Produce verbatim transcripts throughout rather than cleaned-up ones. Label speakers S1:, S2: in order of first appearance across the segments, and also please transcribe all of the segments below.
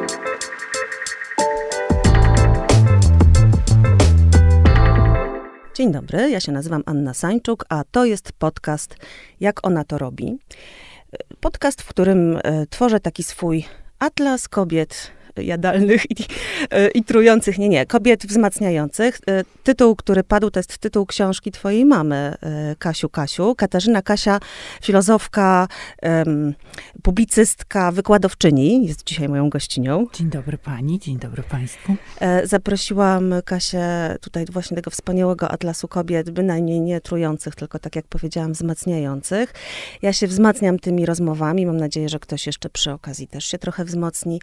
S1: Dzień dobry, ja się nazywam Anna Sańczuk, a to jest podcast Jak ona to robi. Podcast, w którym tworzę taki swój atlas kobiet jadalnych i, i trujących, nie, nie, kobiet wzmacniających. Tytuł, który padł, to jest tytuł książki twojej mamy, Kasiu, Kasiu. Katarzyna Kasia, filozofka, um, publicystka, wykładowczyni, jest dzisiaj moją gościnią.
S2: Dzień dobry pani, dzień dobry państwu.
S1: Zaprosiłam Kasię tutaj właśnie tego wspaniałego atlasu kobiet, bynajmniej nie trujących, tylko tak jak powiedziałam, wzmacniających. Ja się wzmacniam tymi rozmowami, mam nadzieję, że ktoś jeszcze przy okazji też się trochę wzmocni.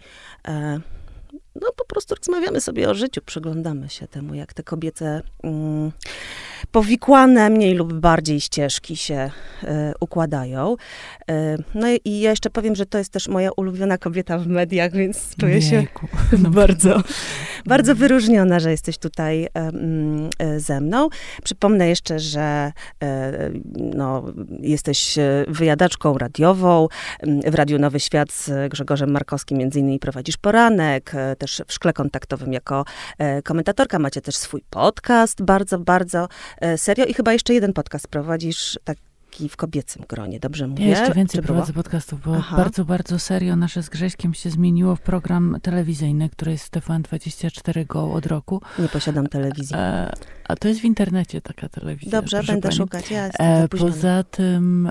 S1: No po prostu rozmawiamy sobie o życiu, przyglądamy się temu, jak te kobiety mm, powikłane mniej lub bardziej ścieżki się y, układają. Y, no i ja jeszcze powiem, że to jest też moja ulubiona kobieta w mediach, więc czuję się no bardzo, bardzo wyróżniona, że jesteś tutaj y, y, ze mną. Przypomnę jeszcze, że y, no, jesteś wyjadaczką radiową. W Radiu Nowy Świat z Grzegorzem Markowskim między innymi prowadzisz poranek, też w Szkle Kontaktowym jako komentatorka. Macie też swój podcast, bardzo, bardzo serio i chyba jeszcze jeden podcast prowadzisz, taki w kobiecym gronie, dobrze mówię?
S2: Ja jeszcze więcej prowadzę podcastów, bo Aha. bardzo, bardzo serio nasze z Grześkiem się zmieniło w program telewizyjny, który jest w T V N dwadzieścia cztery Go od roku.
S1: Nie posiadam telewizji.
S2: E, a to jest w internecie taka telewizja.
S1: Dobrze, będę pani. szukać. Ja
S2: e, poza tym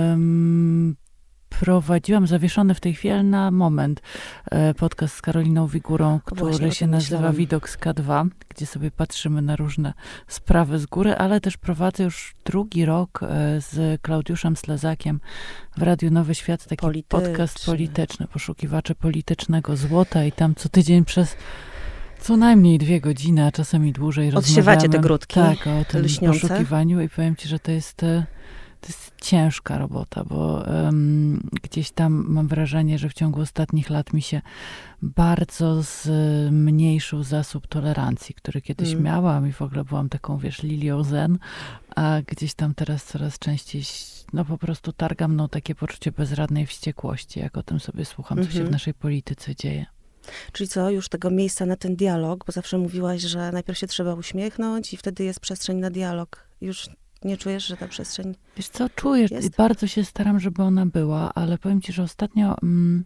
S2: um, prowadziłam zawieszony w tej chwili, ale na moment, podcast z Karoliną Wigurą, który Właśnie, się nazywa myślałam. Widok z K dwa, gdzie sobie patrzymy na różne sprawy z góry, ale też prowadzę już drugi rok z Klaudiuszem Slezakiem w Radiu Nowy Świat taki Polityczny. podcast polityczny, poszukiwacze politycznego złota i tam co tydzień przez co najmniej dwie godziny, a czasami dłużej rozmawiamy.
S1: Odsiewacie te grudki
S2: Tak, o tym
S1: lśniące.
S2: poszukiwaniu i powiem ci, że to jest... To jest ciężka robota, bo um, gdzieś tam mam wrażenie, że w ciągu ostatnich lat mi się bardzo zmniejszył zasób tolerancji, który kiedyś mm. miałam i w ogóle byłam taką, wiesz, lilią zen, a gdzieś tam teraz coraz częściej, no po prostu targa mną takie poczucie bezradnej wściekłości, jak o tym sobie słucham, co mm-hmm. się w naszej polityce dzieje.
S1: Czyli co, już tego miejsca na ten dialog, bo zawsze mówiłaś, że najpierw się trzeba uśmiechnąć i wtedy jest przestrzeń na dialog. Już nie czujesz, że ta przestrzeń
S2: Wiesz co, czujesz, jest? Bardzo się staram, żeby ona była, ale powiem ci, że ostatnio mm,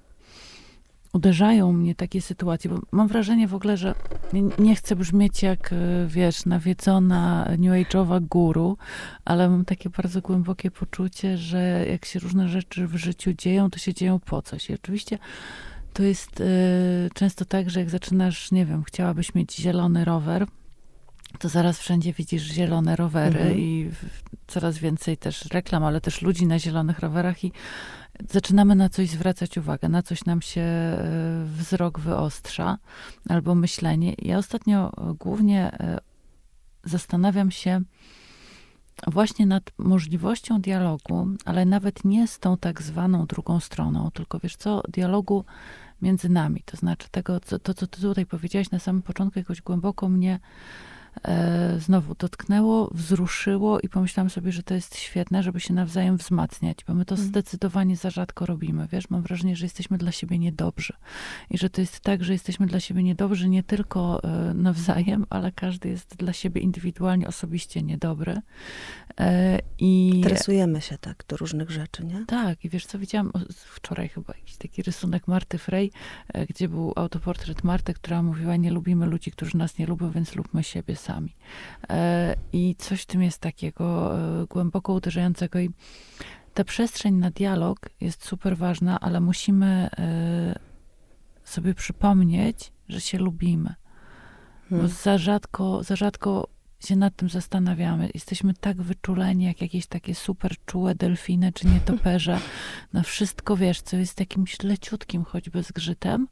S2: uderzają mnie takie sytuacje, bo mam wrażenie w ogóle, że nie, nie chcę brzmieć jak, wiesz, nawiedzona new age'owa guru, ale mam takie bardzo głębokie poczucie, że jak się różne rzeczy w życiu dzieją, to się dzieją po coś. I oczywiście to jest y, często tak, że jak zaczynasz, nie wiem, chciałabyś mieć zielony rower, to zaraz wszędzie widzisz zielone rowery mhm. i coraz więcej też reklam, ale też ludzi na zielonych rowerach i zaczynamy na coś zwracać uwagę, na coś nam się wzrok wyostrza albo myślenie. Ja ostatnio głównie zastanawiam się właśnie nad możliwością dialogu, ale nawet nie z tą tak zwaną drugą stroną, tylko wiesz co, dialogu między nami. To znaczy tego, co, to, co ty tutaj powiedziałaś na samym początku, jakoś głęboko mnie E, znowu dotknęło, wzruszyło i pomyślałam sobie, że to jest świetne, żeby się nawzajem wzmacniać, bo my to mm. zdecydowanie za rzadko robimy, wiesz, mam wrażenie, że jesteśmy dla siebie niedobrzy i że to jest tak, że jesteśmy dla siebie niedobrzy nie tylko e, nawzajem, ale każdy jest dla siebie indywidualnie, osobiście niedobry. E, i
S1: Stresujemy się tak do różnych rzeczy, nie?
S2: Tak, i wiesz co, widziałam wczoraj chyba jakiś taki rysunek Marty Frey, e, gdzie był autoportret Marty, która mówiła, nie lubimy ludzi, którzy nas nie lubią, więc lubmy siebie sami. E, I coś w tym jest takiego e, głęboko uderzającego i ta przestrzeń na dialog jest super ważna, ale musimy e, sobie przypomnieć, że się lubimy. Hmm. Bo za rzadko, za rzadko się nad tym zastanawiamy. Jesteśmy tak wyczuleni, jak jakieś takie super czułe delfiny, czy nietoperze, na wszystko, wiesz, co jest jakimś leciutkim choćby zgrzytem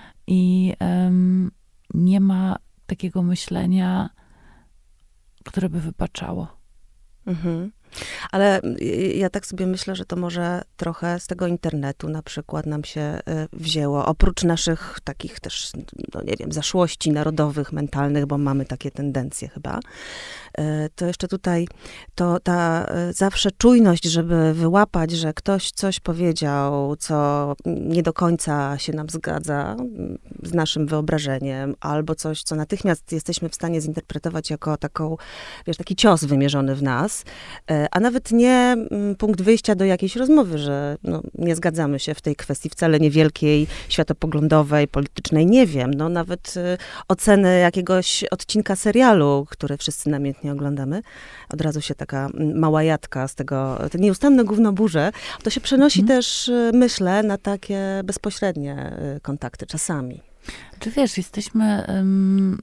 S2: i um, nie ma takiego myślenia, które by wybaczało.
S1: Mhm. Ale ja tak sobie myślę, że to może trochę z tego internetu na przykład nam się wzięło. Oprócz naszych takich też, no nie wiem, zaszłości narodowych, mentalnych, bo mamy takie tendencje chyba, to jeszcze tutaj to ta zawsze czujność, żeby wyłapać, że ktoś coś powiedział, co nie do końca się nam zgadza z naszym wyobrażeniem, albo coś, co natychmiast jesteśmy w stanie zinterpretować jako taką, wiesz, taki cios wymierzony w nas, a nawet nie punkt wyjścia do jakiejś rozmowy, że no, nie zgadzamy się w tej kwestii wcale niewielkiej, światopoglądowej, politycznej, nie wiem, no nawet oceny jakiegoś odcinka serialu, który wszyscy namiętnie oglądamy, od razu się taka mała jadka z tego, te nieustanne gównoburze, to się przenosi mhm. też, myślę, na takie bezpośrednie kontakty czasami.
S2: Czy wiesz, jesteśmy um,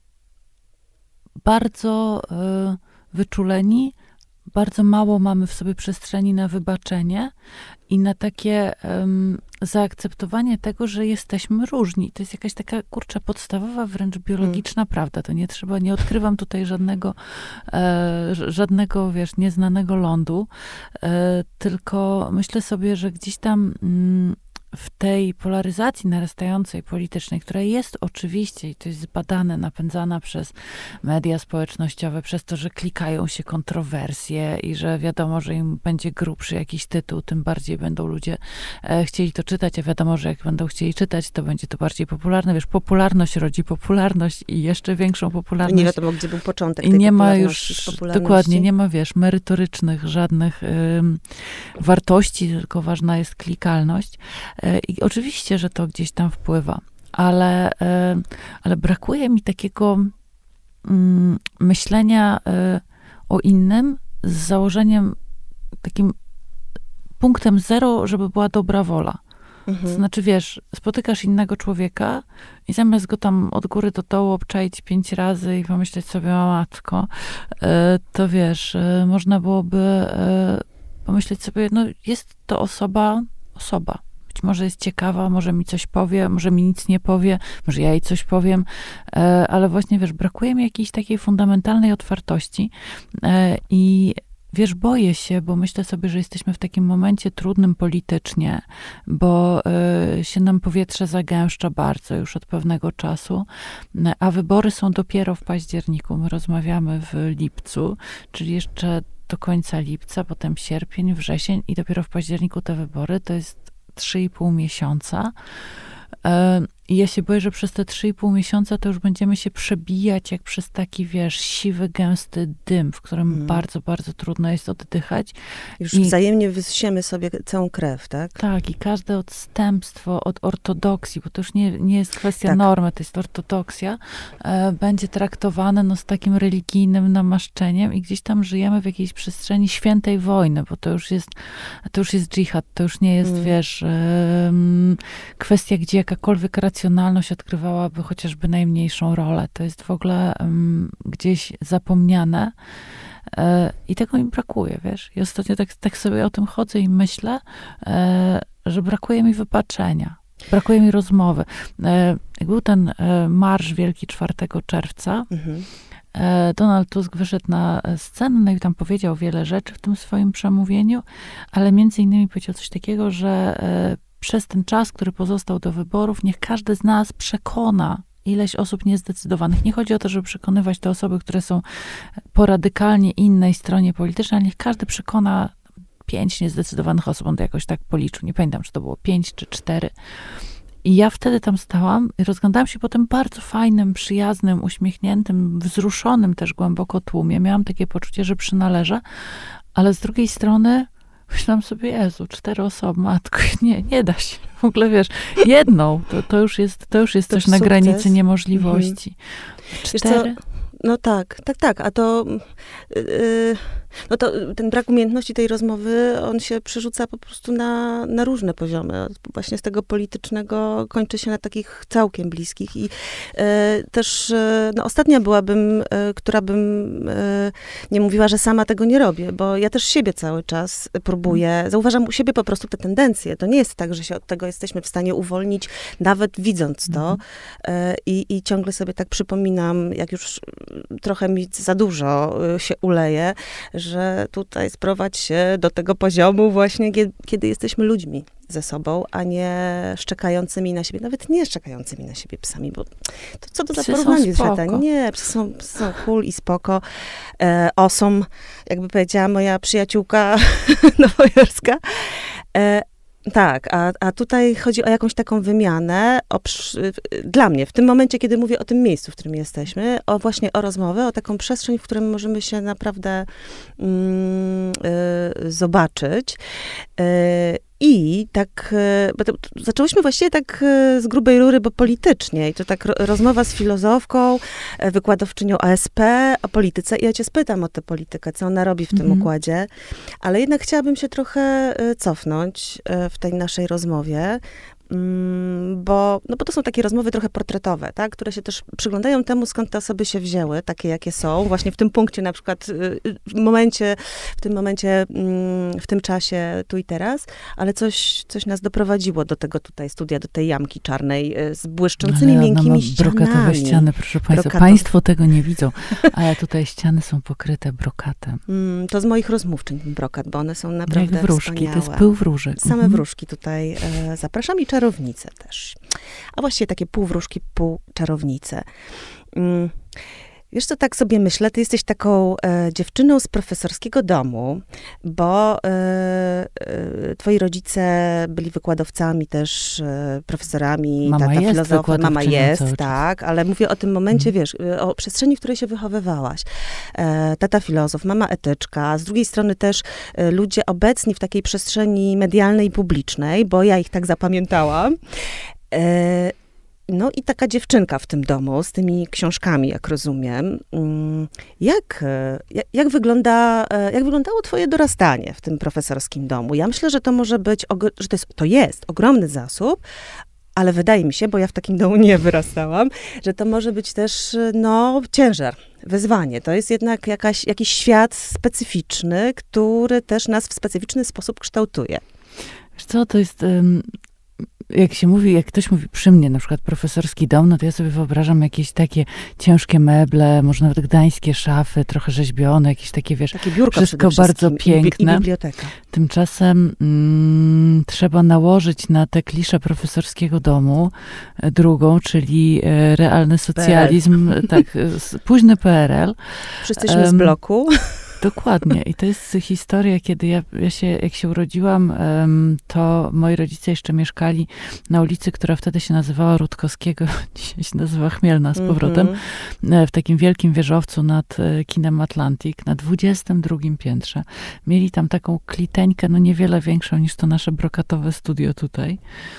S2: bardzo um, wyczuleni, bardzo mało mamy w sobie przestrzeni na wybaczenie i na takie um, zaakceptowanie tego, że jesteśmy różni. To jest jakaś taka, kurczę, podstawowa, wręcz biologiczna mm. prawda. To nie trzeba, nie odkrywam tutaj żadnego, e, żadnego, wiesz, nieznanego lądu, e, tylko myślę sobie, że gdzieś tam mm, w tej polaryzacji narastającej politycznej, która jest oczywiście, i to jest zbadane, napędzana przez media społecznościowe, przez to, że klikają się kontrowersje i że wiadomo, że im będzie grubszy jakiś tytuł, tym bardziej będą ludzie e, chcieli to czytać, a wiadomo, że jak będą chcieli czytać, to będzie to bardziej popularne. Wiesz, popularność rodzi popularność i jeszcze większą popularność.
S1: Nie wiadomo, gdzie był początek
S2: tej
S1: I
S2: nie ma już, dokładnie, nie ma, wiesz, merytorycznych żadnych ym, wartości, tylko ważna jest klikalność. I oczywiście, że to gdzieś tam wpływa, ale, ale brakuje mi takiego mm, myślenia o innym z założeniem takim punktem zero, żeby była dobra wola. Mhm. To znaczy, wiesz, spotykasz innego człowieka i zamiast go tam od góry do dołu obczaić pięć razy i pomyśleć sobie, o matko, to wiesz, można byłoby pomyśleć sobie, no jest to osoba, osoba. Być może jest ciekawa, może mi coś powie, może mi nic nie powie, może ja jej coś powiem, ale właśnie, wiesz, brakuje mi jakiejś takiej fundamentalnej otwartości i wiesz, boję się, bo myślę sobie, że jesteśmy w takim momencie trudnym politycznie, bo się nam powietrze zagęszcza bardzo już od pewnego czasu, a wybory są dopiero w październiku. My rozmawiamy w lipcu, czyli jeszcze do końca lipca, potem sierpień, wrzesień i dopiero w październiku te wybory. To jest trzy i pół miesiąca. I ja się boję, że przez te trzy i pół miesiąca to już będziemy się przebijać jak przez taki, wiesz, siwy, gęsty dym, w którym hmm. bardzo, bardzo trudno jest oddychać.
S1: Już
S2: I,
S1: wzajemnie wysiemy sobie całą krew, tak?
S2: Tak, i każde odstępstwo od ortodoksji, bo to już nie, nie jest kwestia
S1: tak.
S2: normy, to jest ortodoksja, e, będzie traktowane no, z takim religijnym namaszczeniem i gdzieś tam żyjemy w jakiejś przestrzeni świętej wojny, bo to już jest, to już jest dżihad, to już nie jest, hmm. wiesz, e, kwestia, gdzie jakakolwiek racjonalność odgrywałaby chociażby najmniejszą rolę. To jest w ogóle um, gdzieś zapomniane e, i tego mi brakuje, wiesz. I ostatnio tak, tak sobie o tym chodzę i myślę, e, że brakuje mi wybaczenia. Brakuje mi rozmowy. E, jak był ten e, marsz wielki czwartego czerwca, mhm. e, Donald Tusk wyszedł na scenę, no i tam powiedział wiele rzeczy w tym swoim przemówieniu, ale między innymi powiedział coś takiego, że e, przez ten czas, który pozostał do wyborów, niech każdy z nas przekona ileś osób niezdecydowanych. Nie chodzi o to, żeby przekonywać te osoby, które są po radykalnie innej stronie politycznej, ale niech każdy przekona pięć niezdecydowanych osób. On to jakoś tak policzył. Nie pamiętam, czy to było pięć, czy cztery. I ja wtedy tam stałam i rozglądałam się po tym bardzo fajnym, przyjaznym, uśmiechniętym, wzruszonym też głęboko tłumie. Miałam takie poczucie, że przynależę, ale z drugiej strony myślałam sobie, Jezu, cztery osoby, matko, nie, nie da się. W ogóle, wiesz, jedną, to, to już jest, to już jest to coś sukces. Na granicy niemożliwości. Mhm. Cztery?
S1: No tak, tak, tak, a to, yy, no to ten brak umiejętności tej rozmowy, on się przerzuca po prostu na, na różne poziomy. Właśnie z tego politycznego kończy się na takich całkiem bliskich i yy, też, yy, no ostatnia byłabym, yy, która bym yy, nie mówiła, że sama tego nie robię, bo ja też siebie cały czas próbuję, zauważam u siebie po prostu te tendencje. To nie jest tak, że się od tego jesteśmy w stanie uwolnić, nawet widząc to yy, i, i ciągle sobie tak przypominam, jak już trochę mi za dużo się uleje, że tutaj sprowadź się do tego poziomu właśnie, kiedy, kiedy jesteśmy ludźmi ze sobą, a nie szczekającymi na siebie, nawet nie szczekającymi na siebie psami, bo to co to za
S2: Psy
S1: porównanie
S2: są
S1: świata?
S2: spoko.
S1: Nie, psy są, psy są cool i spoko. E, osom, jakby powiedziała moja przyjaciółka nowojorska. E, Tak, a, a tutaj chodzi o jakąś taką wymianę, o, przy, dla mnie, w tym momencie, kiedy mówię o tym miejscu, w którym jesteśmy, o właśnie o rozmowę, o taką przestrzeń, w którym możemy się naprawdę mm, y, zobaczyć. Y, I tak, bo to, to zaczęłyśmy właściwie tak z grubej rury, bo politycznie. I to tak ro, rozmowa z filozofką, wykładowczynią A S P o polityce. I ja cię spytam o tę politykę, co ona robi w tym mm-hmm. układzie. Ale jednak chciałabym się trochę cofnąć w tej naszej rozmowie, bo, no bo to są takie rozmowy trochę portretowe, tak, które się też przyglądają temu, skąd te osoby się wzięły, takie jakie są, właśnie w tym punkcie na przykład, w momencie, w tym momencie, w tym czasie, tu i teraz, ale coś, coś nas doprowadziło do tego tutaj studia, do tej jamki czarnej z błyszczącymi,
S2: ale
S1: miękkimi
S2: ma
S1: ścianami.
S2: brokatowe ściany, proszę państwa.
S1: Brokato.
S2: Państwo tego nie widzą, ale tutaj ściany są pokryte brokatem.
S1: Mm, to z moich rozmówczyń brokat, bo one są naprawdę
S2: jak wróżki,
S1: wspaniałe.
S2: to jest pył wróżek.
S1: Same
S2: mhm.
S1: wróżki tutaj e, zapraszam i czarownice też. A właściwie takie półwróżki, półczarownice. Mm. Wiesz co, tak sobie myślę, ty jesteś taką e, dziewczyną z profesorskiego domu, bo e, e, twoi rodzice byli wykładowcami też, e, profesorami,
S2: mama
S1: tata
S2: jest
S1: filozofa, mama jest,
S2: cały
S1: tak,
S2: czas.
S1: ale mówię o tym momencie,
S2: mm.
S1: wiesz, o przestrzeni, w której się wychowywałaś. E, tata filozof, mama etyczka, z drugiej strony też e, ludzie obecni w takiej przestrzeni medialnej i publicznej, bo ja ich tak zapamiętałam. E, No i taka dziewczynka w tym domu, z tymi książkami, jak rozumiem. Jak, jak, jak, wygląda, jak wyglądało twoje dorastanie w tym profesorskim domu? Ja myślę, że to może być, że to jest, to jest ogromny zasób, ale wydaje mi się, bo ja w takim domu nie wyrastałam, że to może być też, no, ciężar, wyzwanie. To jest jednak jakaś, jakiś świat specyficzny, który też nas w specyficzny sposób kształtuje.
S2: Wiesz co, to jest... Um... Jak się mówi, jak ktoś mówi przy mnie, na przykład profesorski dom, no to ja sobie wyobrażam jakieś takie ciężkie meble, może nawet gdańskie szafy, trochę rzeźbione, jakieś takie, wiesz,
S1: takie biurka
S2: wszystko bardzo piękne.
S1: I biblioteka.
S2: Tymczasem mm, trzeba nałożyć na te klisze profesorskiego domu e, drugą, czyli e, realny socjalizm, P R L. Tak, s, późny P R L.
S1: Wszyscy um, z bloku.
S2: Dokładnie. I to jest historia, kiedy ja, ja się, jak się urodziłam, to moi rodzice jeszcze mieszkali na ulicy, która wtedy się nazywała Rutkowskiego, dzisiaj się nazywa Chmielna z powrotem, mm-hmm. w takim wielkim wieżowcu nad kinem Atlantic, na dwudziestym drugim piętrze. Mieli tam taką kliteńkę, no niewiele większą niż to nasze brokatowe studio tutaj.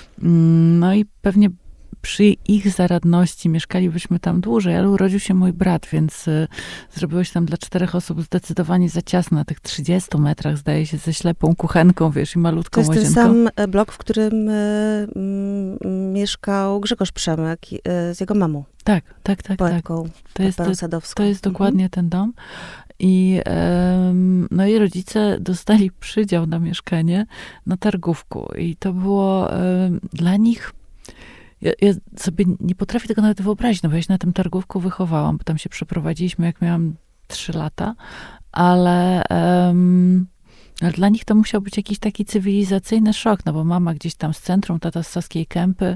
S2: No i pewnie przy ich zaradności mieszkalibyśmy tam dłużej, ale urodził się mój brat, więc y, zrobiło się tam dla czterech osób zdecydowanie za ciasno, na tych trzydziestu metrach, zdaje się, ze ślepą kuchenką, wiesz, i malutką łazienką.
S1: To jest łazienką. Ten sam blok, w którym y, y, mieszkał Grzegorz Przemek y, z jego mamą.
S2: Tak, tak, tak.
S1: Poetką,
S2: tak. To, jest,
S1: Sadowską.
S2: to jest dokładnie mhm. ten dom. I um, no i rodzice dostali przydział na mieszkanie na Targówku. I to było um, dla nich... Ja, ja sobie nie potrafię tego nawet wyobrazić, no bo ja się na tym Targówku wychowałam, bo tam się przeprowadziliśmy, jak miałam trzy lata, ale, um, ale dla nich to musiał być jakiś taki cywilizacyjny szok, no bo mama gdzieś tam z centrum, tata z Saskiej Kępy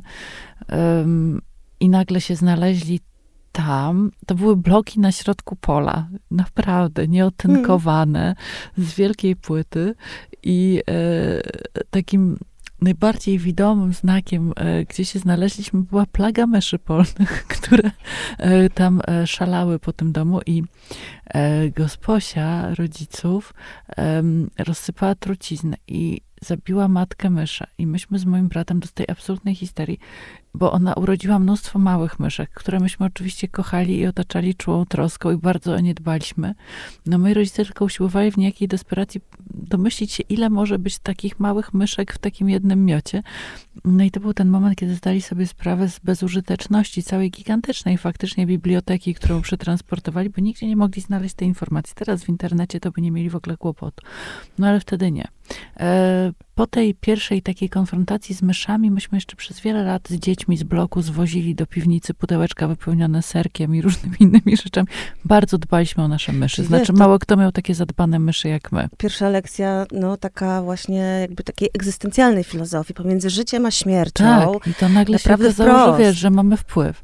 S2: um, i nagle się znaleźli tam. To były bloki na środku pola, naprawdę, nieotynkowane, mm. z wielkiej płyty i e, takim najbardziej widomym znakiem, e, gdzie się znaleźliśmy, była plaga myszy polnych, które e, tam e, szalały po tym domu i e, gosposia rodziców e, rozsypała truciznę i zabiła matkę mysza. I myśmy z moim bratem do tej absolutnej histerii, bo ona urodziła mnóstwo małych myszek, które myśmy oczywiście kochali i otaczali czułą troską i bardzo o nie dbaliśmy. No moi rodzice tylko usiłowali w niejakiej desperacji domyślić się, ile może być takich małych myszek w takim jednym miocie. No i to był ten moment, kiedy zdali sobie sprawę z bezużyteczności całej gigantycznej faktycznie biblioteki, którą przetransportowali, bo nigdzie nie mogli znaleźć tej informacji. Teraz w internecie to by nie mieli w ogóle kłopotu. No ale wtedy nie. E, po tej pierwszej takiej konfrontacji z myszami, myśmy jeszcze przez wiele lat z dziećmi z bloku zwozili do piwnicy pudełeczka wypełnione serkiem i różnymi innymi rzeczami. Bardzo dbaliśmy o nasze myszy.
S1: Czyli
S2: Znaczy,
S1: wiesz, to-
S2: mało kto miał takie zadbane myszy jak my.
S1: Pierwsza lekcja, no taka właśnie jakby takiej egzystencjalnej filozofii pomiędzy życiem a śmiercią.
S2: Tak, i to nagle się
S1: naprawdę
S2: okazało, że
S1: wprost.
S2: wiesz, że mamy wpływ.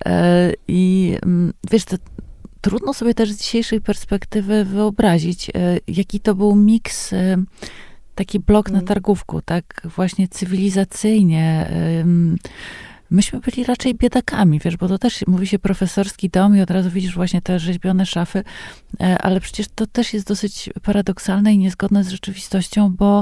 S2: E, I mm, wiesz, to trudno sobie też z dzisiejszej perspektywy wyobrazić, e, jaki to był miks, e, taki blok na
S1: Mm.
S2: Targówku, tak właśnie cywilizacyjnie. em, Myśmy byli raczej biedakami, wiesz, bo to też mówi się profesorski dom i od razu widzisz właśnie te rzeźbione szafy, e, ale przecież to też jest dosyć paradoksalne i niezgodne z rzeczywistością, bo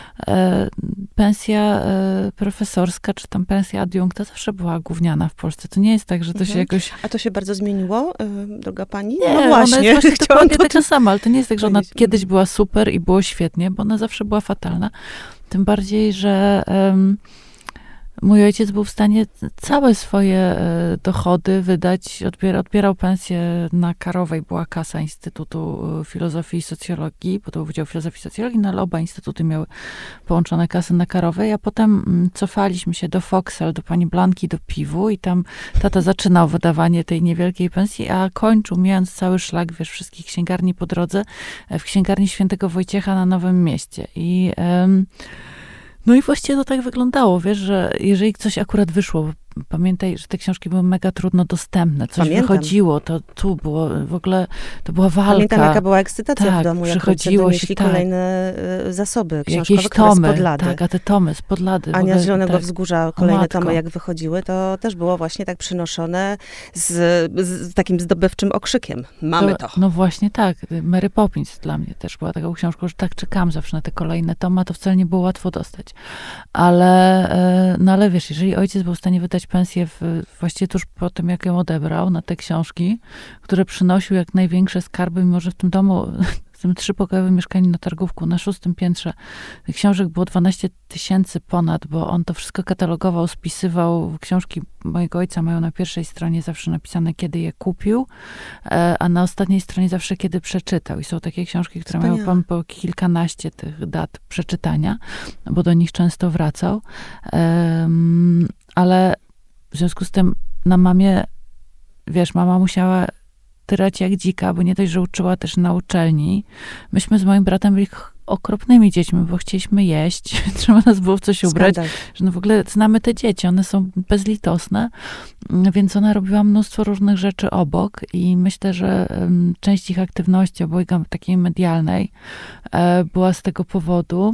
S2: e, pensja e, profesorska, czy tam pensja adiunkta zawsze była gówniana w Polsce. To nie jest tak, że to się
S1: Mhm.
S2: jakoś...
S1: A to się bardzo zmieniło, y, droga pani?
S2: Nie,
S1: no
S2: ona
S1: właśnie,
S2: jest właśnie
S1: chciałam
S2: dokładnie
S1: to
S2: taka sama, ale to nie jest tak, że ona
S1: powiedzieć.
S2: kiedyś była super i było świetnie, bo ona zawsze była fatalna. Tym bardziej, że em, mój ojciec był w stanie całe swoje e, dochody wydać, odbiera, odbierał pensję na Karowej, była kasa Instytutu e, Filozofii i Socjologii, bo to był Wydział Filozofii i Socjologii, no ale oba instytuty miały połączone kasy na Karowej, a potem mm, cofaliśmy się do Foksal, do pani Blanki, do Piwu i tam tata zaczynał wydawanie tej niewielkiej pensji, a kończył, mijając cały szlak, wiesz, wszystkich księgarni po drodze, e, w księgarni Świętego Wojciecha na Nowym Mieście. I em, no i właściwie to tak wyglądało, wiesz, że jeżeli coś akurat wyszło, pamiętaj, że te książki były mega trudno dostępne, coś
S1: Pamiętam.
S2: wychodziło, to tu było w ogóle, to była walka.
S1: Pamiętam, jaka była ekscytacja
S2: Tak,
S1: w domu, jak
S2: przychodziło
S1: rodzice
S2: się,
S1: donieśli
S2: tak.
S1: kolejne y, zasoby książkowe,
S2: Jakieś
S1: które
S2: tomy,
S1: spod lady.
S2: tak, a te tomy spod lady. w
S1: Ania
S2: ogóle,
S1: z Zielonego
S2: tak.
S1: Wzgórza, kolejne
S2: matko.
S1: tomy jak wychodziły, to też było właśnie tak przynoszone z, z takim zdobywczym okrzykiem. Mamy to.
S2: No właśnie tak. Mary Poppins dla mnie też była taką książką, że tak czekam zawsze na te kolejne tomy, a to wcale nie było łatwo dostać. Ale, e, no ale wiesz, jeżeli ojciec był w stanie wydać pensję w, właściwie tuż po tym, jak ją odebrał, na te książki, które przynosił jak największe skarby, mimo że w tym domu, w tym trzypokojowym mieszkaniu na Targówku, na szóstym piętrze, tych książek było dwanaście tysięcy ponad, bo on to wszystko katalogował, spisywał. Książki mojego ojca mają na pierwszej stronie zawsze napisane, kiedy je kupił, e, a na ostatniej stronie zawsze, kiedy przeczytał. I są takie książki, które
S1: Wspaniale.
S2: mają pan po kilkanaście tych dat przeczytania, bo do nich często wracał. Em, ale w związku z tym na mamie, wiesz, mama musiała tyrać jak dzika, bo nie dość, że uczyła też na uczelni. Myśmy z moim bratem byli ch- okropnymi dziećmi, bo chcieliśmy jeść, trzeba nas było w coś ubrać,
S1: Skandal.
S2: że no w ogóle znamy te dzieci, one są bezlitosne, mm, więc ona robiła mnóstwo różnych rzeczy obok i myślę, że em, część ich aktywności, obojga takiej medialnej, e, była z tego powodu.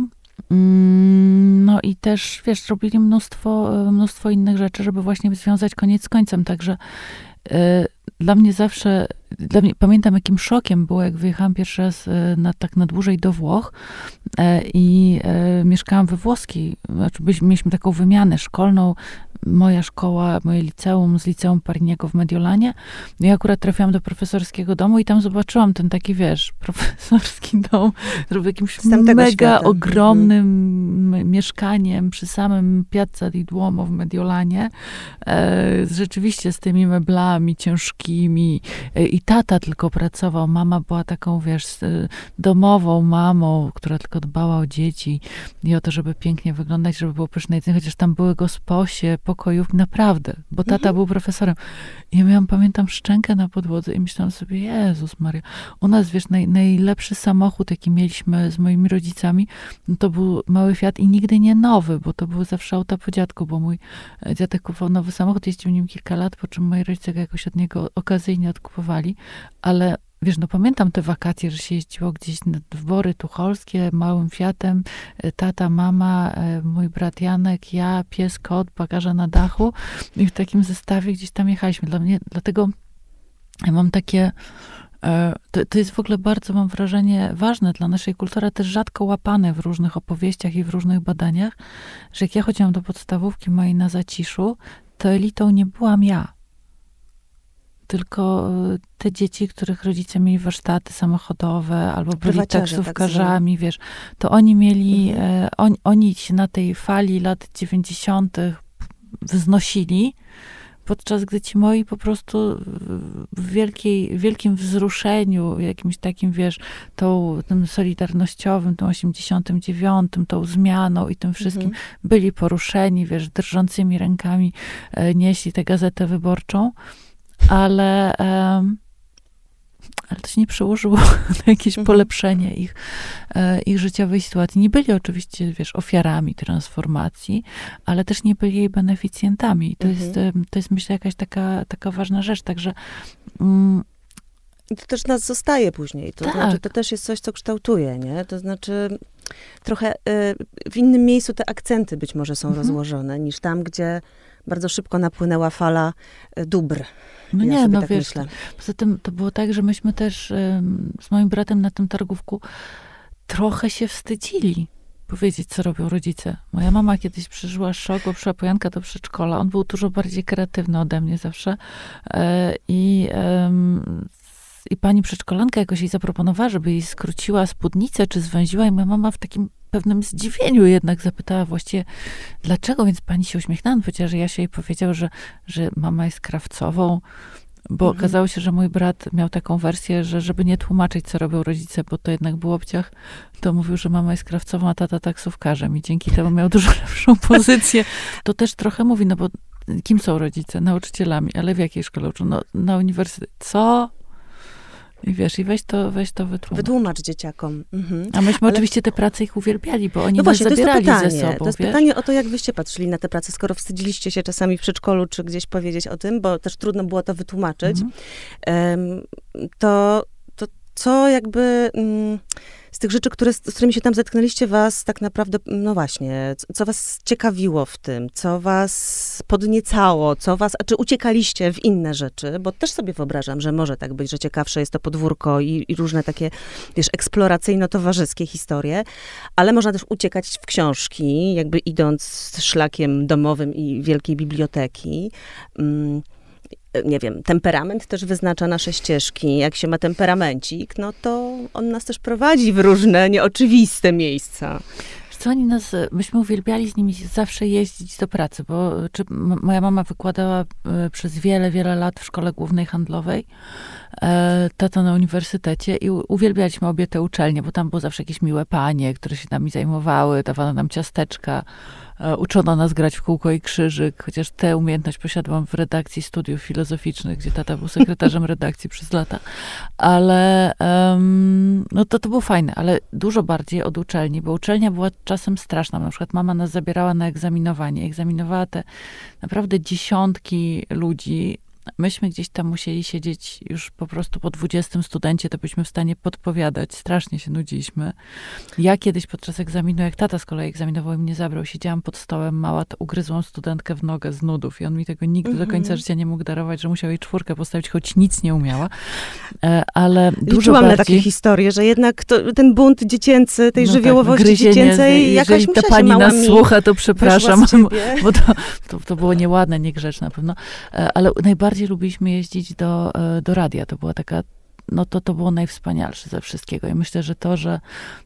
S2: Mm, No i też, wiesz, robili mnóstwo, e, mnóstwo innych rzeczy, żeby właśnie związać koniec z końcem, także e, dla mnie zawsze, dla mnie, pamiętam jakim szokiem było, jak wyjechałam pierwszy raz e, na, tak na dłużej do Włoch e, i e, mieszkałam we włoskiej, znaczy byliśmy, mieliśmy taką wymianę szkolną, moja szkoła, moje liceum z liceum Pariniego w Mediolanie. No i akurat trafiłam do profesorskiego domu i tam zobaczyłam ten taki, wiesz, profesorski dom z jakimś
S1: Z tamtego
S2: mega
S1: świata.
S2: ogromnym m- mieszkaniem przy samym Piazza di Duomo w Mediolanie. E, rzeczywiście z tymi meblami ciężkimi. E, I tata tylko pracował. Mama była taką, wiesz, s- domową mamą, która tylko dbała o dzieci i o to, żeby pięknie wyglądać, żeby było pyszne jedzenie, chociaż tam były gosposie, pokojówki, naprawdę, bo tata
S1: Mhm.
S2: był profesorem. I ja miałam, pamiętam, szczękę na podłodze i myślałam sobie, Jezus Maria, u nas, wiesz, naj, najlepszy samochód, jaki mieliśmy z moimi rodzicami, no to był mały Fiat i nigdy nie nowy, bo to były zawsze auta po dziadku, bo mój e, dziadek kupował nowy samochód, jeździł nim kilka lat, po czym moi rodzice go jakoś od niego okazyjnie odkupowali, ale wiesz, no pamiętam te wakacje, że się jeździło gdzieś na dwory tucholskie, małym Fiatem, e, tata, mama, e, mój brat Janek, ja, pies, kot, bagaże na dachu i w takim zestawie gdzieś tam jechaliśmy. Dla mnie, dlatego ja mam takie, e, to, to jest w ogóle bardzo, mam wrażenie, ważne dla naszej kultury, a też rzadko łapane w różnych opowieściach i w różnych badaniach, że jak ja chodziłam do podstawówki mojej na Zaciszu, to elitą nie byłam ja. Tylko e, te dzieci, których rodzice mieli warsztaty samochodowe, albo byli
S1: Prywaciarze, tak
S2: taksówkarzami, wiesz, to oni mieli,
S1: Mhm.
S2: e, on, oni się na tej fali lat dziewięćdziesiątych wznosili, podczas gdy ci moi po prostu w wielkiej, wielkim wzruszeniu, jakimś takim, wiesz, tą, tym solidarnościowym, tym osiemdziesiątym dziewiątym, tą zmianą i tym wszystkim, mhm. byli poruszeni, wiesz, drżącymi rękami e, nieśli tę gazetę wyborczą, ale... E, ale to się nie przełożyło na jakieś mhm. polepszenie ich, e, ich życiowej sytuacji. Nie byli oczywiście, wiesz, ofiarami transformacji, ale też nie byli jej beneficjentami. To, mhm. jest, to jest, myślę, jakaś taka, taka ważna rzecz. Także... Mm,
S1: I to też nas zostaje później. To
S2: tak.
S1: znaczy, to też jest coś, co kształtuje, nie? To znaczy, trochę y, w innym miejscu te akcenty być może są mhm. rozłożone, niż tam, gdzie bardzo szybko napłynęła fala y, dóbr.
S2: No
S1: ja
S2: nie, no
S1: tak
S2: wiesz,
S1: myślę.
S2: Poza tym to było tak, że myśmy też ym, z moim bratem na tym targówku trochę się wstydzili powiedzieć, co robią rodzice. Moja mama kiedyś przeżyła szok, bo przyszła pojanka do przedszkola. On był dużo bardziej kreatywny ode mnie zawsze. Yy, I ym, I pani przedszkolanka jakoś jej zaproponowała, żeby jej skróciła spódnicę, czy zwęziła, i moja mama w takim pewnym zdziwieniu jednak zapytała właściwie, dlaczego, więc pani się uśmiechnęła, powiedziała, że ja się jej powiedział, że, że mama jest krawcową, bo mhm. okazało się, że mój brat miał taką wersję, że żeby nie tłumaczyć, co robią rodzice, bo to jednak był obciach, to mówił, że mama jest krawcową, a tata taksówkarzem i dzięki temu miał dużo lepszą pozycję. To też trochę mówi, no bo kim są rodzice? Nauczycielami, ale w jakiej szkole uczą? No, na uniwersytecie. Co? I wiesz, i weź to, weź to wytłumacz.
S1: Wytłumacz dzieciakom. Mhm.
S2: A myśmy Ale... oczywiście te prace ich uwielbiali, bo oni
S1: no
S2: nas
S1: właśnie,
S2: zabierali
S1: to jest to
S2: ze
S1: pytanie.
S2: sobą.
S1: To jest
S2: wiesz?
S1: pytanie o to, jak wyście patrzyli na te prace, skoro wstydziliście się czasami w przedszkolu, czy gdzieś powiedzieć o tym, bo też trudno było to wytłumaczyć, mhm. um, to, to co jakby... Um, z tych rzeczy, które, z którymi się tam zetknęliście, was tak naprawdę, no właśnie, co was ciekawiło w tym, co was podniecało, co was, a czy uciekaliście w inne rzeczy, bo też sobie wyobrażam, że może tak być, że ciekawsze jest to podwórko i, i różne takie, wiesz, eksploracyjno-towarzyskie historie, ale można też uciekać w książki, jakby idąc szlakiem domowym i wielkiej biblioteki. Mm. Nie wiem, temperament też wyznacza nasze ścieżki. Jak się ma temperamencik, no to on nas też prowadzi w różne nieoczywiste miejsca.
S2: Co oni nas, myśmy uwielbiali z nimi zawsze jeździć do pracy, bo czy moja mama wykładała przez wiele, wiele lat w szkole głównej handlowej, tata na uniwersytecie i uwielbialiśmy obie te uczelnie, bo tam były zawsze jakieś miłe panie, które się nami zajmowały, dawano nam ciasteczka, uczono nas grać w kółko i krzyżyk, chociaż tę umiejętność posiadłam w redakcji studiów filozoficznych, gdzie tata był sekretarzem redakcji przez lata. Ale um, no to, to było fajne, ale dużo bardziej od uczelni, bo uczelnia była czasem straszna. Na przykład mama nas zabierała na egzaminowanie. Egzaminowała te naprawdę dziesiątki ludzi. Myśmy gdzieś tam musieli siedzieć już po prostu po dwudziestym studencie, to byliśmy w stanie podpowiadać. Strasznie się nudziliśmy. Ja kiedyś podczas egzaminu, jak tata z kolei egzaminował i mnie zabrał, siedziałam pod stołem mała, to ugryzłam studentkę w nogę z nudów i on mi tego nigdy mm-hmm. do końca życia nie mógł darować, że musiał jej czwórkę postawić, choć nic nie umiała. Ale dużo
S1: Liczyłam
S2: bardziej...
S1: na takie historie, że jednak to, ten bunt dziecięcy, tej
S2: no
S1: żywiołowości
S2: tak,
S1: dziecięcej, jakaś
S2: ta pani nas słucha, to przepraszam, bo to, to, to było nieładne, niegrzeczne na pewno. Ale najbardziej lubiliśmy jeździć do, do radia. To była taka, no to, to było najwspanialsze ze wszystkiego. I myślę, że to, że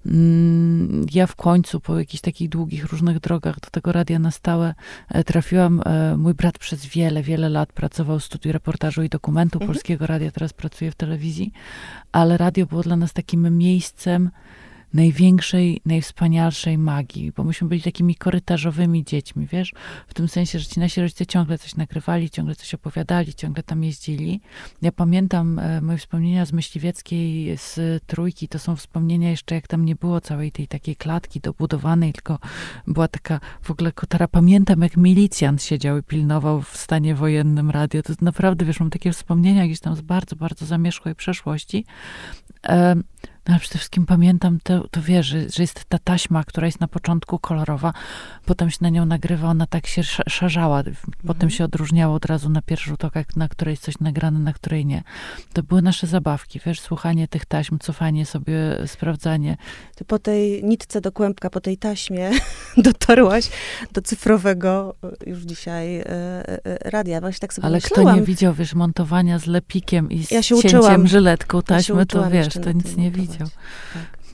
S2: mm, ja w końcu po jakichś takich długich, różnych drogach do tego radia na stałe e, trafiłam. E, mój brat przez wiele, wiele lat pracował w studiu reportażu i dokumentu mhm. Polskiego Radia, teraz pracuje w telewizji, ale radio było dla nas takim miejscem największej, najwspanialszej magii, bo myśmy byli takimi korytarzowymi dziećmi, wiesz, w tym sensie, że ci nasi rodzice ciągle coś nagrywali, ciągle coś opowiadali, ciągle tam jeździli. Ja pamiętam e, moje wspomnienia z Myśliwieckiej, z Trójki, to są wspomnienia jeszcze, jak tam nie było całej tej takiej klatki dobudowanej, tylko była taka w ogóle kotara. Pamiętam, jak milicjant siedział i pilnował w stanie wojennym radio. To naprawdę, wiesz, mam takie wspomnienia gdzieś tam z bardzo, bardzo zamierzchłej przeszłości. E, No, ale przede wszystkim pamiętam, to, to wiesz, że, że jest ta taśma, która jest na początku kolorowa, potem się na nią nagrywa, ona tak się szarzała, potem mm. się odróżniało od razu na pierwszy rzut oka, na której jest coś nagrane, na której nie. To były nasze zabawki, wiesz, słuchanie tych taśm, cofanie sobie, sprawdzanie.
S1: Ty po tej nitce do kłębka, po tej taśmie dotarłaś do cyfrowego już dzisiaj e, e, radia. Właśnie tak sobie
S2: Ale
S1: myślałam.
S2: kto nie widział, wiesz, montowania z lepikiem i z
S1: ja się
S2: cięciem
S1: uczyłam.
S2: żyletką taśmy,
S1: ja
S2: to wiesz, to nic nie
S1: montować.
S2: widział.
S1: Tak.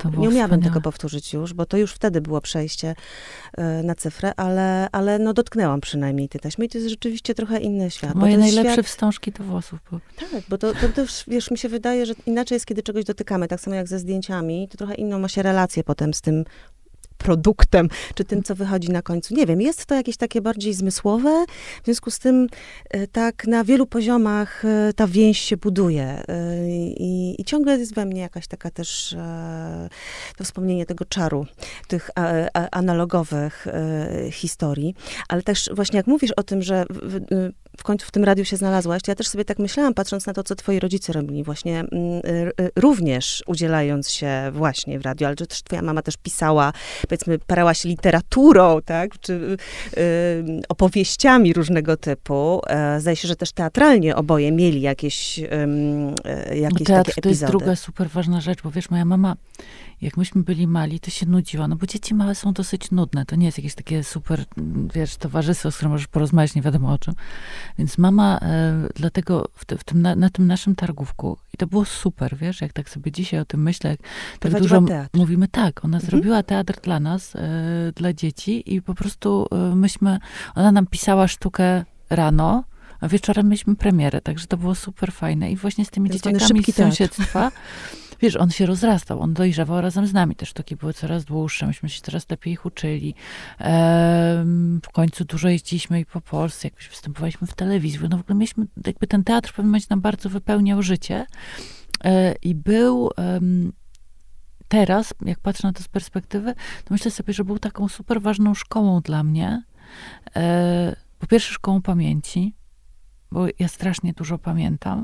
S2: To było
S1: Nie umiałabym
S2: wspaniałe.
S1: tego powtórzyć już, bo to już wtedy było przejście y, na cyfrę, ale, ale no dotknęłam przynajmniej tej taśmy i to jest rzeczywiście trochę inny świat.
S2: Moje
S1: bo to jest
S2: najlepsze
S1: świat...
S2: wstążki do włosów. Bo...
S1: Tak, bo to, to też, wiesz, mi się wydaje, że inaczej jest, kiedy czegoś dotykamy, tak samo jak ze zdjęciami, to trochę inną ma się relację potem z tym produktem, czy tym, co wychodzi na końcu. Nie wiem, jest to jakieś takie bardziej zmysłowe, w związku z tym y, tak na wielu poziomach y, ta więź się buduje y, i, i ciągle jest we mnie jakaś taka też e, to wspomnienie tego czaru, tych a, a, analogowych e, historii, ale też właśnie jak mówisz o tym, że w, w, w końcu w tym radiu się znalazłaś, to ja też sobie tak myślałam, patrząc na to, co twoi rodzice robili, właśnie m, r, również udzielając się właśnie w radiu, ale że też twoja mama też pisała, powiedzmy, parała się literaturą, tak, czy y, opowieściami różnego typu. E, zdaje się, że też teatralnie oboje mieli jakieś, y, jakieś
S2: Teatr
S1: takie
S2: to jest
S1: epizody.
S2: druga super ważna rzecz, bo wiesz, moja mama, jak myśmy byli mali, to się nudziła, no bo dzieci małe są dosyć nudne, to nie jest jakieś takie super, wiesz, towarzystwo, z którym możesz porozmawiać, nie wiadomo o czym. Więc mama e, dlatego w, te, w tym, na, na tym naszym targówku, i to było super, wiesz, jak tak sobie dzisiaj o tym myślę, jak tak dużo
S1: teatr.
S2: mówimy, tak, ona
S1: Mhm.
S2: zrobiła teatr dla nas, e, dla dzieci i po prostu e, myśmy, ona nam pisała sztukę rano, a wieczorem mieliśmy premierę, także to było super fajne. I właśnie z tymi
S1: Tak zwany
S2: dzieciakami
S1: szybki
S2: z sąsiedztwa, wiesz, on się rozrastał, on dojrzewał razem z nami. Te sztuki były coraz dłuższe, myśmy się coraz lepiej ich uczyli. Ehm, w końcu dużo jeździliśmy i po Polsce, jakoś występowaliśmy w telewizji. No w ogóle mieliśmy, jakby ten teatr w pewnym momencie nam bardzo wypełniał życie. E, I był... em, Teraz, jak patrzę na to z perspektywy, to myślę sobie, że był taką super ważną szkołą dla mnie. E, po pierwsze szkołą pamięci, bo ja strasznie dużo pamiętam.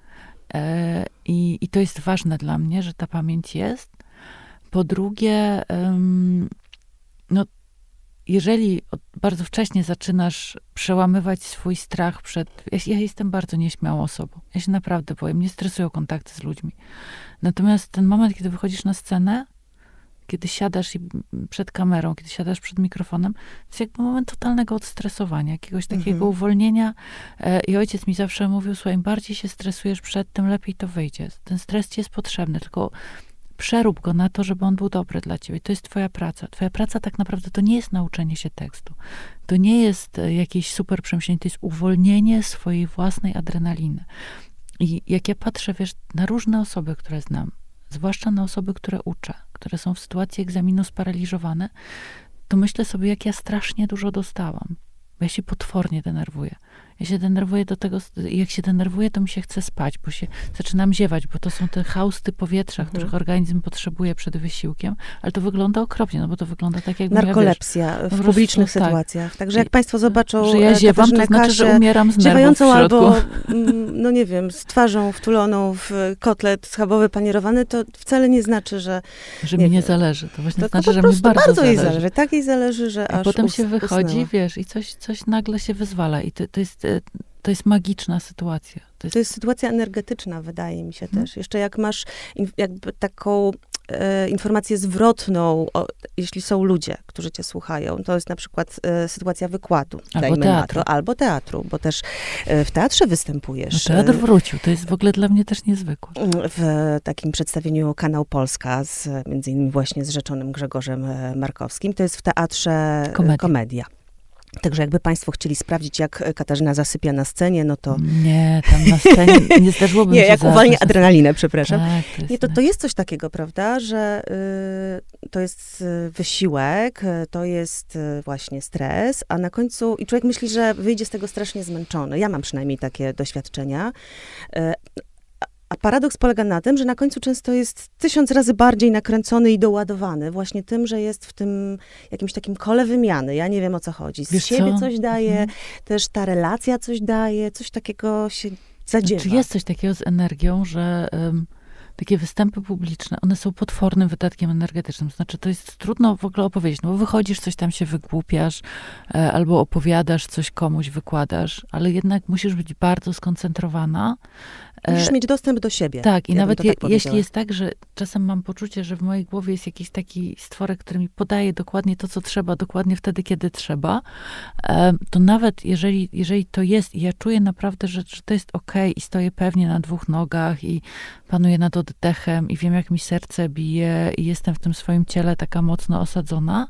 S2: E, i, I to jest ważne dla mnie, że ta pamięć jest. Po drugie, ym, no, jeżeli od, bardzo wcześnie zaczynasz przełamywać swój strach przed... Ja, ja jestem bardzo nieśmiałą osobą. Ja się naprawdę boję. Mnie stresują kontakty z ludźmi. Natomiast ten moment, kiedy wychodzisz na scenę, kiedy siadasz i przed kamerą, kiedy siadasz przed mikrofonem, to jest jakby moment totalnego odstresowania, jakiegoś takiego
S1: Mhm.
S2: uwolnienia. E, I ojciec mi zawsze mówił, słuchaj, im bardziej się stresujesz przed tym, lepiej to wyjdzie. Ten stres ci jest potrzebny, tylko przerób go na to, żeby on był dobry dla ciebie. To jest twoja praca. Twoja praca tak naprawdę to nie jest nauczenie się tekstu. To nie jest e, jakieś super przemyślenie, to jest uwolnienie swojej własnej adrenaliny. I jak ja patrzę, wiesz, na różne osoby, które znam, zwłaszcza na osoby, które uczę, które są w sytuacji egzaminu sparaliżowane, to myślę sobie, jak ja strasznie dużo dostałam. Bo ja się potwornie denerwuję. Ja się denerwuję do tego, jak się denerwuję, to mi się chce spać, bo się zaczynam ziewać, bo to są te hausty powietrza,
S1: Mhm.
S2: których organizm potrzebuje przed wysiłkiem, ale to wygląda okropnie, no bo to wygląda tak, jakby
S1: Narkolepsja
S2: ja, wiesz,
S1: w
S2: po
S1: publicznych
S2: prostu, tak.
S1: sytuacach. Także jak państwo zobaczą
S2: że ja ziewam, to znaczy, że umieram z nerwów w
S1: ziewającą
S2: środku.
S1: albo, mm, no nie wiem, z twarzą wtuloną w kotlet schabowy panierowany, to wcale nie znaczy, że...
S2: Że
S1: nie
S2: mi nie
S1: wiem.
S2: zależy. To właśnie
S1: To
S2: znaczy,
S1: po
S2: że mi
S1: prostu
S2: bardzo,
S1: bardzo jej
S2: zależy.
S1: zależy. Tak jej zależy, że
S2: I
S1: aż
S2: potem
S1: us,
S2: się wychodzi,
S1: usnęła.
S2: wiesz, i coś, coś nagle się wyzwala. I to, to, jest, e, to jest magiczna sytuacja. To jest,
S1: To jest sytuacja energetyczna, wydaje mi się
S2: Mhm.
S1: też. Jeszcze jak masz in, jakby taką e, informację zwrotną, o, jeśli są ludzie, którzy cię słuchają, to jest na przykład e, sytuacja wykładu,
S2: Albo
S1: dajmy na
S2: teatru.
S1: to, albo teatru, bo też e, w teatrze występujesz.
S2: no, teatr wrócił. To jest w ogóle dla mnie też niezwykłe.
S1: W takim przedstawieniu Kanał Polska, z, między innymi właśnie z rzeczonym Grzegorzem e, Markowskim. To jest w teatrze e,
S2: Komedia.
S1: Komedia. Także jakby państwo chcieli sprawdzić, jak Katarzyna zasypia na scenie, no to...
S2: Nie, tam na scenie nie zdarzyłoby mi
S1: Nie,
S2: się
S1: jak uwalnia
S2: zasnąć na-
S1: adrenalinę, przepraszam.
S2: Tak, to jest,
S1: Nie, to, to jest coś takiego, prawda, że y, to jest y, wysiłek, y, to jest y, właśnie stres, a na końcu, i człowiek myśli, że wyjdzie z tego strasznie zmęczony. Ja mam przynajmniej takie doświadczenia. Y, a paradoks polega na tym, że na końcu często jest tysiąc razy bardziej nakręcony i doładowany właśnie tym, że jest w tym jakimś takim kole wymiany. Ja nie wiem, o co chodzi. Z
S2: Wiesz
S1: siebie
S2: co?
S1: coś daje,
S2: Mhm.
S1: też ta relacja coś daje, coś takiego się zadziewa.
S2: Czy jest coś takiego z energią, że um, takie występy publiczne, one są potwornym wydatkiem energetycznym. Znaczy, to jest trudno w ogóle opowiedzieć, no bo wychodzisz, coś tam się wygłupiasz, e, albo opowiadasz, coś komuś wykładasz, ale jednak musisz być bardzo skoncentrowana.
S1: Musisz mieć dostęp do siebie.
S2: Tak, i
S1: ja bym
S2: nawet
S1: to
S2: je,
S1: tak powiedziała.
S2: jeśli jest tak, że czasem mam poczucie, że w mojej głowie jest jakiś taki stworek, który mi podaje dokładnie to, co trzeba, dokładnie wtedy, kiedy trzeba, em, to nawet jeżeli, jeżeli to jest i ja czuję naprawdę, że, że to jest okej i stoję pewnie na dwóch nogach i panuję nad oddechem i wiem, jak mi serce bije i jestem w tym swoim ciele taka mocno osadzona,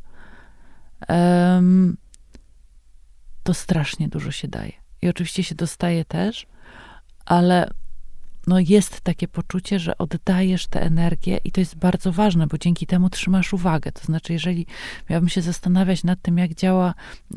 S2: um, to strasznie dużo się daje. I oczywiście się dostaje też, ale no jest takie poczucie, że oddajesz tę energię i to jest bardzo ważne, bo dzięki temu trzymasz uwagę. To znaczy, jeżeli miałabym się zastanawiać nad tym, jak działa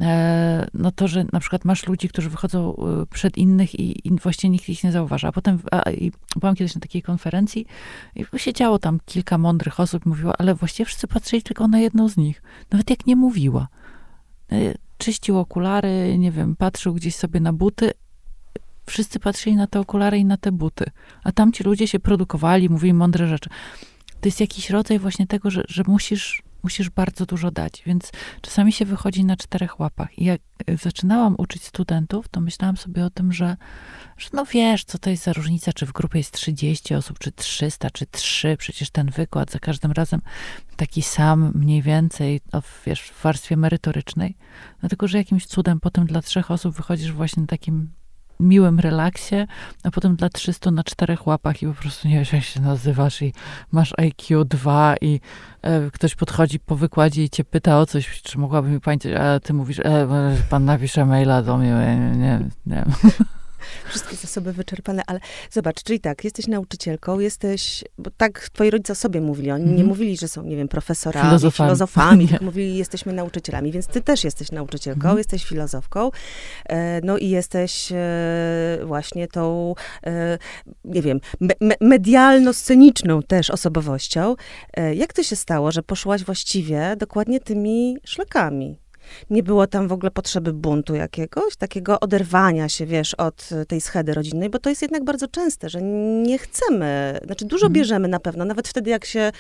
S2: e, no to, że na przykład masz ludzi, którzy wychodzą e, przed innych i, i właściwie nikt ich nie zauważa. A potem a, i byłam kiedyś na takiej konferencji i siedziało tam kilka mądrych osób i mówiło, ale właściwie wszyscy patrzyli tylko na jedną z nich. Nawet jak nie mówiła. E, czyścił okulary, nie wiem, patrzył gdzieś sobie na buty. Wszyscy patrzyli na te okulary i na te buty. A tamci ludzie się produkowali, mówili mądre rzeczy. To jest jakiś rodzaj właśnie tego, że, że musisz, musisz bardzo dużo dać. Więc czasami się wychodzi na czterech łapach. I jak zaczynałam uczyć studentów, to myślałam sobie o tym, że, że no wiesz, co to jest za różnica, czy w grupie jest trzydzieści osób, czy trzysta, czy trzy. Przecież ten wykład za każdym razem taki sam, mniej więcej, o, wiesz, w warstwie merytorycznej. Dlatego, że jakimś cudem potem dla trzech osób wychodzisz właśnie na takim miłym relaksie, a potem dla trzystu na czterech łapach i po prostu nie wiesz, jak się nazywasz i masz I Q dwa i e, ktoś podchodzi po wykładzie i cię pyta o coś, czy mogłaby mi pani coś, a ty mówisz, e, pan napisze maila do mnie, nie, nie, nie.
S1: Wszystkie zasoby wyczerpane, ale zobacz, czyli tak, jesteś nauczycielką, jesteś, bo tak twoi rodzice o sobie mówili, oni mm. nie mówili, że są, nie wiem, profesorami, filozofami, filozofami tylko mówili, jesteśmy nauczycielami, więc ty też jesteś nauczycielką, mm. jesteś filozofką, e, no i jesteś e, właśnie tą, e, nie wiem, me, medialno-sceniczną też osobowością. E, jak to się stało, że poszłaś właściwie dokładnie tymi szlakami? Nie było tam w ogóle potrzeby buntu jakiegoś, takiego oderwania się, wiesz, od tej schedy rodzinnej, bo to jest jednak bardzo częste, że nie chcemy, znaczy dużo mm. bierzemy na pewno, nawet wtedy jak się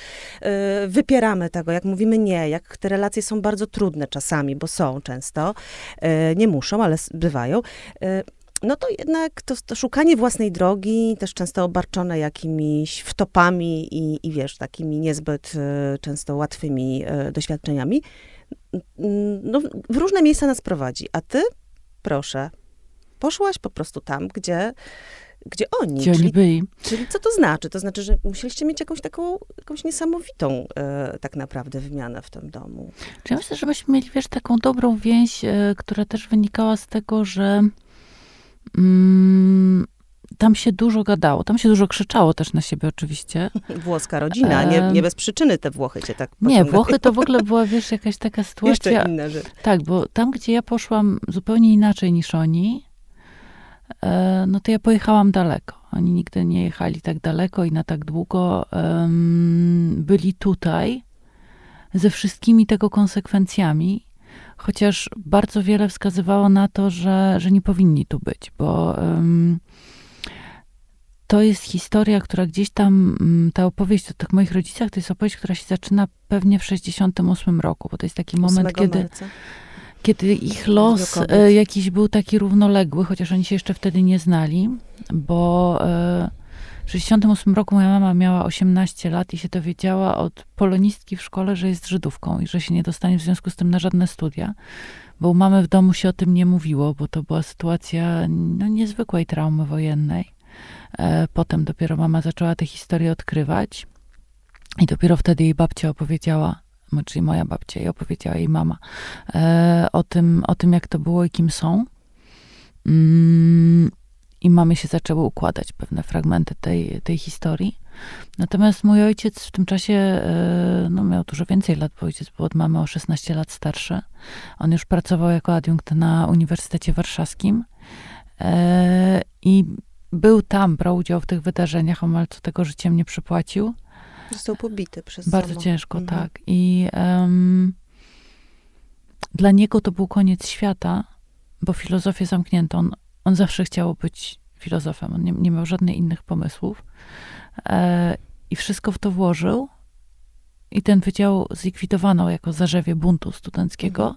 S1: y, wypieramy tego, jak mówimy nie, jak te relacje są bardzo trudne czasami, bo są często, y, nie muszą, ale bywają, y, no to jednak to, to szukanie własnej drogi, też często obarczone jakimiś wtopami i, i wiesz, takimi niezbyt y, często łatwymi y, doświadczeniami, no, w różne miejsca nas prowadzi. A ty, proszę, poszłaś po prostu tam, gdzie, gdzie oni.
S2: Gdzie
S1: czyli,
S2: oni byli.
S1: Czyli co to znaczy? To znaczy, że musieliście mieć jakąś taką, jakąś niesamowitą e, tak naprawdę wymianę w tym domu.
S2: Ja myślę, że myśmy mieli, wiesz, taką dobrą więź, e, która też wynikała z tego, że mm, tam się dużo gadało, tam się dużo krzyczało też na siebie oczywiście.
S1: Włoska rodzina, nie, nie bez przyczyny te Włochy cię tak
S2: pociągają. Nie, Włochy to w ogóle była, wiesz, jakaś taka sytuacja.
S1: Jeszcze inna rzecz.
S2: Tak, bo tam, gdzie ja poszłam zupełnie inaczej niż oni, no to ja pojechałam daleko. Oni nigdy nie jechali tak daleko i na tak długo. Byli tutaj ze wszystkimi tego konsekwencjami, chociaż bardzo wiele wskazywało na to, że, że nie powinni tu być, bo um, to jest historia, która gdzieś tam, ta opowieść o tych moich rodzicach, to jest opowieść, która się zaczyna pewnie w sześćdziesiątym ósmym roku, bo to jest taki moment, kiedy, kiedy ich los e, jakiś był taki równoległy, chociaż oni się jeszcze wtedy nie znali, bo e, w sześćdziesiątym ósmym roku moja mama miała osiemnaście lat i się dowiedziała od polonistki w szkole, że jest Żydówką i że się nie dostanie w związku z tym na żadne studia, bo u mamy w domu się o tym nie mówiło, bo to była sytuacja no, niezwykłej traumy wojennej. Potem dopiero mama zaczęła tę historię odkrywać i dopiero wtedy jej babcia opowiedziała, czyli moja babcia jej opowiedziała, jej mama, o tym, o tym jak to było i kim są. I mamy się zaczęły układać pewne fragmenty tej, tej historii. Natomiast mój ojciec w tym czasie no, miał dużo więcej lat, bo ojciec był od mamy o szesnaście lat starszy. On już pracował jako adiunkt na Uniwersytecie Warszawskim i był tam, brał udział w tych wydarzeniach, omal co tego życiem nie przypłacił.
S1: Został pobity przez
S2: Bardzo
S1: samo.
S2: ciężko,
S1: mhm.
S2: tak. I um, dla niego to był koniec świata, bo filozofię zamknięto. On, on zawsze chciał być filozofem. On nie, nie miał żadnych innych pomysłów. E, I wszystko w to włożył. I ten wydział zlikwidowano jako zarzewie buntu studenckiego.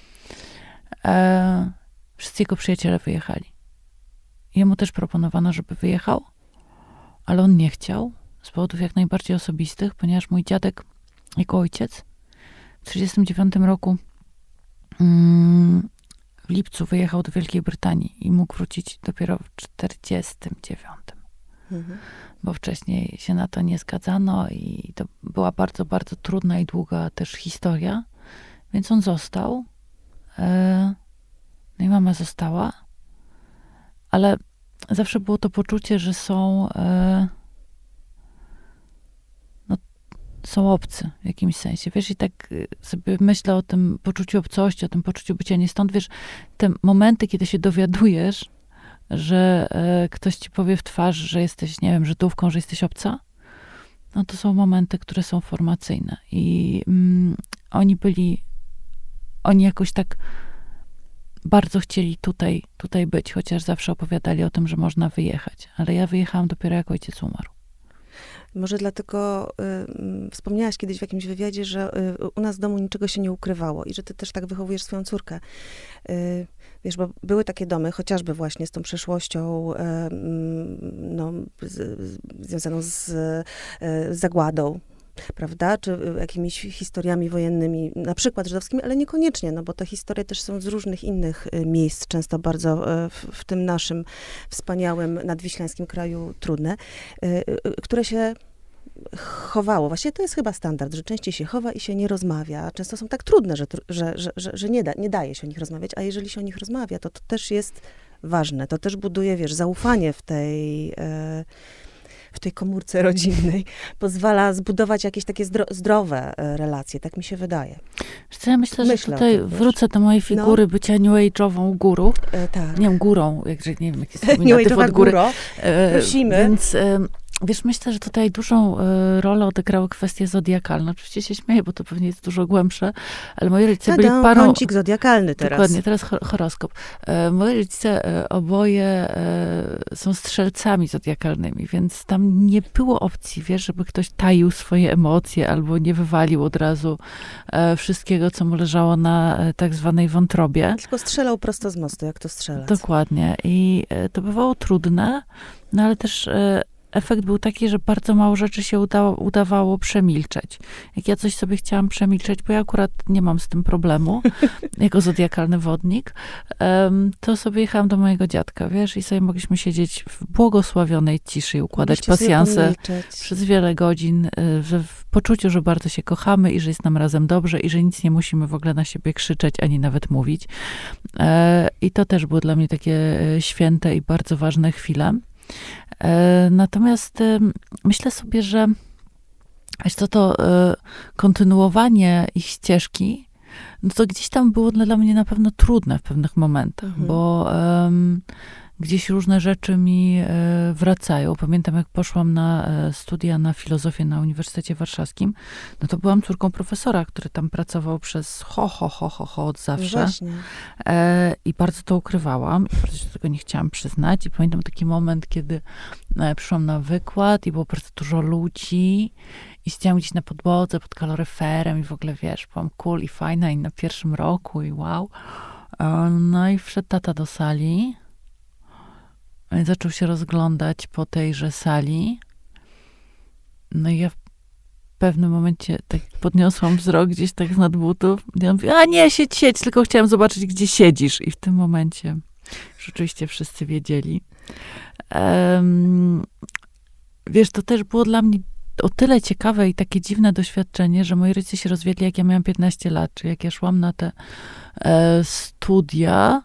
S2: E, wszyscy jego przyjaciele wyjechali. Jemu też proponowano, żeby wyjechał, ale on nie chciał, z powodów jak najbardziej osobistych, ponieważ mój dziadek, jako ojciec, w tysiąc dziewięćset trzydziestym dziewiątym roku mm, w lipcu wyjechał do Wielkiej Brytanii i mógł wrócić dopiero w tysiąc dziewięćset czterdziestym dziewiątym.
S1: Mhm.
S2: Bo wcześniej się na to nie zgadzano i to była bardzo, bardzo trudna i długa też historia. Więc on został. No i mama została. Ale zawsze było to poczucie, że są no, są obcy w jakimś sensie. Wiesz, i tak sobie myślę o tym poczuciu obcości, o tym poczuciu bycia nie stąd. Wiesz, te momenty, kiedy się dowiadujesz, że e, ktoś ci powie w twarz, że jesteś, nie wiem, Żydówką, że jesteś obca, no to są momenty, które są formacyjne. I mm, oni byli, oni jakoś tak bardzo chcieli tutaj, tutaj być, chociaż zawsze opowiadali o tym, że można wyjechać. Ale ja wyjechałam dopiero jak ojciec umarł.
S1: Może dlatego y, wspomniałaś kiedyś w jakimś wywiadzie, że y, u nas w domu niczego się nie ukrywało i że ty też tak wychowujesz swoją córkę. Y, wiesz, bo były takie domy, chociażby właśnie z tą przeszłością y, no, z, z, związaną z, y, z zagładą, prawda, czy jakimiś historiami wojennymi, na przykład żydowskimi, ale niekoniecznie, no bo te historie też są z różnych innych miejsc, często bardzo w, w tym naszym wspaniałym nadwiślańskim kraju trudne, które się chowało. Właściwie to jest chyba standard, że częściej się chowa i się nie rozmawia. Często są tak trudne, że, że, że, że, że nie, da, nie daje się o nich rozmawiać, a jeżeli się o nich rozmawia, to to też jest ważne. To też buduje, wiesz, zaufanie w tej... E, w tej komórce rodzinnej, pozwala zbudować jakieś takie zdro, zdrowe relacje, tak mi się wydaje.
S2: Ja myślę, że myślę tutaj tym, wrócę do mojej figury no. bycia new age'ową guru. E, tak. Nie wiem, górą, jakże nie wiem, jaki jest nominatyw od góry. E, Prosimy. Więc e, wiesz, myślę, że tutaj dużą e, rolę odegrały kwestie zodiakalne. Oczywiście się śmieję, bo to pewnie jest dużo głębsze, ale moi rodzice byli parą...
S1: kącik zodiakalny teraz.
S2: Dokładnie, teraz horoskop. E, moi rodzice e, oboje e, są strzelcami zodiakalnymi, więc tam nie było opcji, wiesz, żeby ktoś taił swoje emocje albo nie wywalił od razu e, wszystkiego, co mu leżało na e, tak zwanej wątrobie.
S1: Tylko strzelał prosto z mostu, jak to strzelać.
S2: Dokładnie. I e, to bywało trudne, no ale też e, efekt był taki, że bardzo mało rzeczy się udało, udawało przemilczeć. Jak ja coś sobie chciałam przemilczeć, bo ja akurat nie mam z tym problemu, jako zodiakalny wodnik, um, to sobie jechałam do mojego dziadka, wiesz, i sobie mogliśmy siedzieć w błogosławionej ciszy i układać pasjanse przez wiele godzin, w, w poczuciu, że bardzo się kochamy i że jest nam razem dobrze i że nic nie musimy w ogóle na siebie krzyczeć, ani nawet mówić. E, I to też było dla mnie takie święte i bardzo ważne chwile. Natomiast myślę sobie, że wiesz co, to kontynuowanie ich ścieżki, no to gdzieś tam było dla mnie na pewno trudne w pewnych momentach, mhm. bo um, gdzieś różne rzeczy mi e, wracają. Pamiętam, jak poszłam na e, studia na filozofię na Uniwersytecie Warszawskim, no to byłam córką profesora, który tam pracował przez ho, ho, ho, ho, ho od zawsze.
S1: Właśnie.
S2: E, I bardzo to ukrywałam i bardzo się do tego nie chciałam przyznać. I pamiętam taki moment, kiedy e, przyszłam na wykład i było bardzo dużo ludzi i siedziałam gdzieś na podłodze pod kaloryferem i w ogóle, wiesz, byłam cool i fajna i na pierwszym roku i wow. E, no i wszedł tata do sali. Zaczął się rozglądać po tejże sali. No i ja w pewnym momencie tak podniosłam wzrok gdzieś tak z nad butów. I on mówi, a nie, siedź, siedź, tylko chciałam zobaczyć, gdzie siedzisz. I w tym momencie rzeczywiście wszyscy wiedzieli. Um, wiesz, to też było dla mnie o tyle ciekawe i takie dziwne doświadczenie, że moi rodzice się rozwiedli, jak ja miałam piętnaście lat, czy jak ja szłam na te e, studia,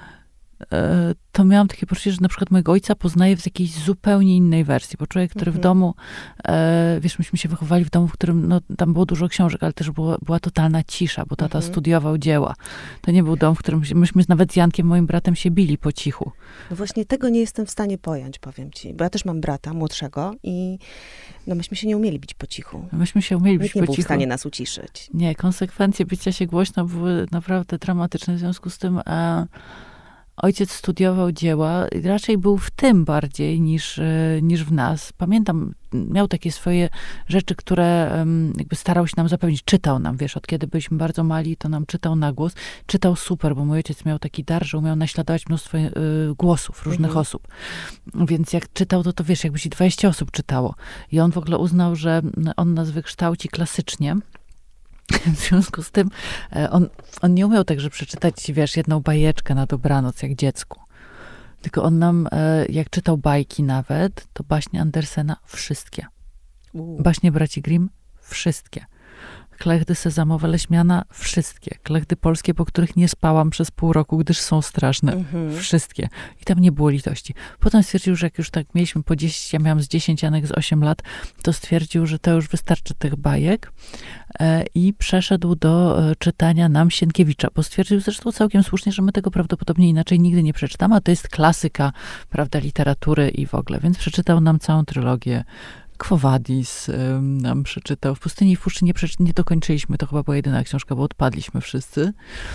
S2: to miałam takie poczucie, że na przykład mojego ojca poznaję w jakiejś zupełnie innej wersji, bo człowiek, który mhm. w domu, e, wiesz, myśmy się wychowali w domu, w którym, no, tam było dużo książek, ale też było, była totalna cisza, bo tata mhm. studiował dzieła. To nie był dom, w którym myśmy nawet z Jankiem, moim bratem, się bili po cichu.
S1: No właśnie tego nie jestem w stanie pojąć, powiem ci, bo ja też mam brata młodszego i no myśmy się nie umieli bić po cichu.
S2: Myśmy się umieli bić
S1: Nikt nie
S2: po
S1: był
S2: cichu.
S1: w stanie nas uciszyć.
S2: Nie, konsekwencje bicia się głośno były naprawdę dramatyczne, w związku z tym e, ojciec studiował dzieła, raczej był w tym bardziej niż, niż w nas. Pamiętam, miał takie swoje rzeczy, które jakby starał się nam zapewnić. Czytał nam, wiesz, od kiedy byliśmy bardzo mali, to nam czytał na głos. Czytał super, bo mój ojciec miał taki dar, że umiał naśladować mnóstwo y, głosów różnych mhm. osób. Więc jak czytał, to to wiesz, jakby się dwadzieścia osób czytało. I on w ogóle uznał, że on nas wykształci klasycznie. W związku z tym on, on nie umiał także przeczytać, wiesz, jedną bajeczkę na dobranoc, jak dziecku. Tylko on nam, jak czytał bajki nawet, to baśnie Andersena wszystkie. U. Baśnie braci Grimm wszystkie. Klechdy sezamowe Leśmiana wszystkie. Klechdy polskie, po których nie spałam przez pół roku, gdyż są straszne. Mhm. Wszystkie. I tam nie było litości. Potem stwierdził, że jak już tak mieliśmy po dziesięć, ja miałam z dziesięć, Janek z osiem lat, to stwierdził, że to już wystarczy tych bajek e, i przeszedł do e, czytania nam Sienkiewicza, bo stwierdził zresztą całkiem słusznie, że my tego prawdopodobnie inaczej nigdy nie przeczytamy, a to jest klasyka, prawda, literatury i w ogóle. Więc przeczytał nam całą trylogię. Quo Vadis um, nam przeczytał. W Pustyni i w Puszczy nie, przeczy- nie dokończyliśmy, to chyba była jedyna książka, bo odpadliśmy wszyscy.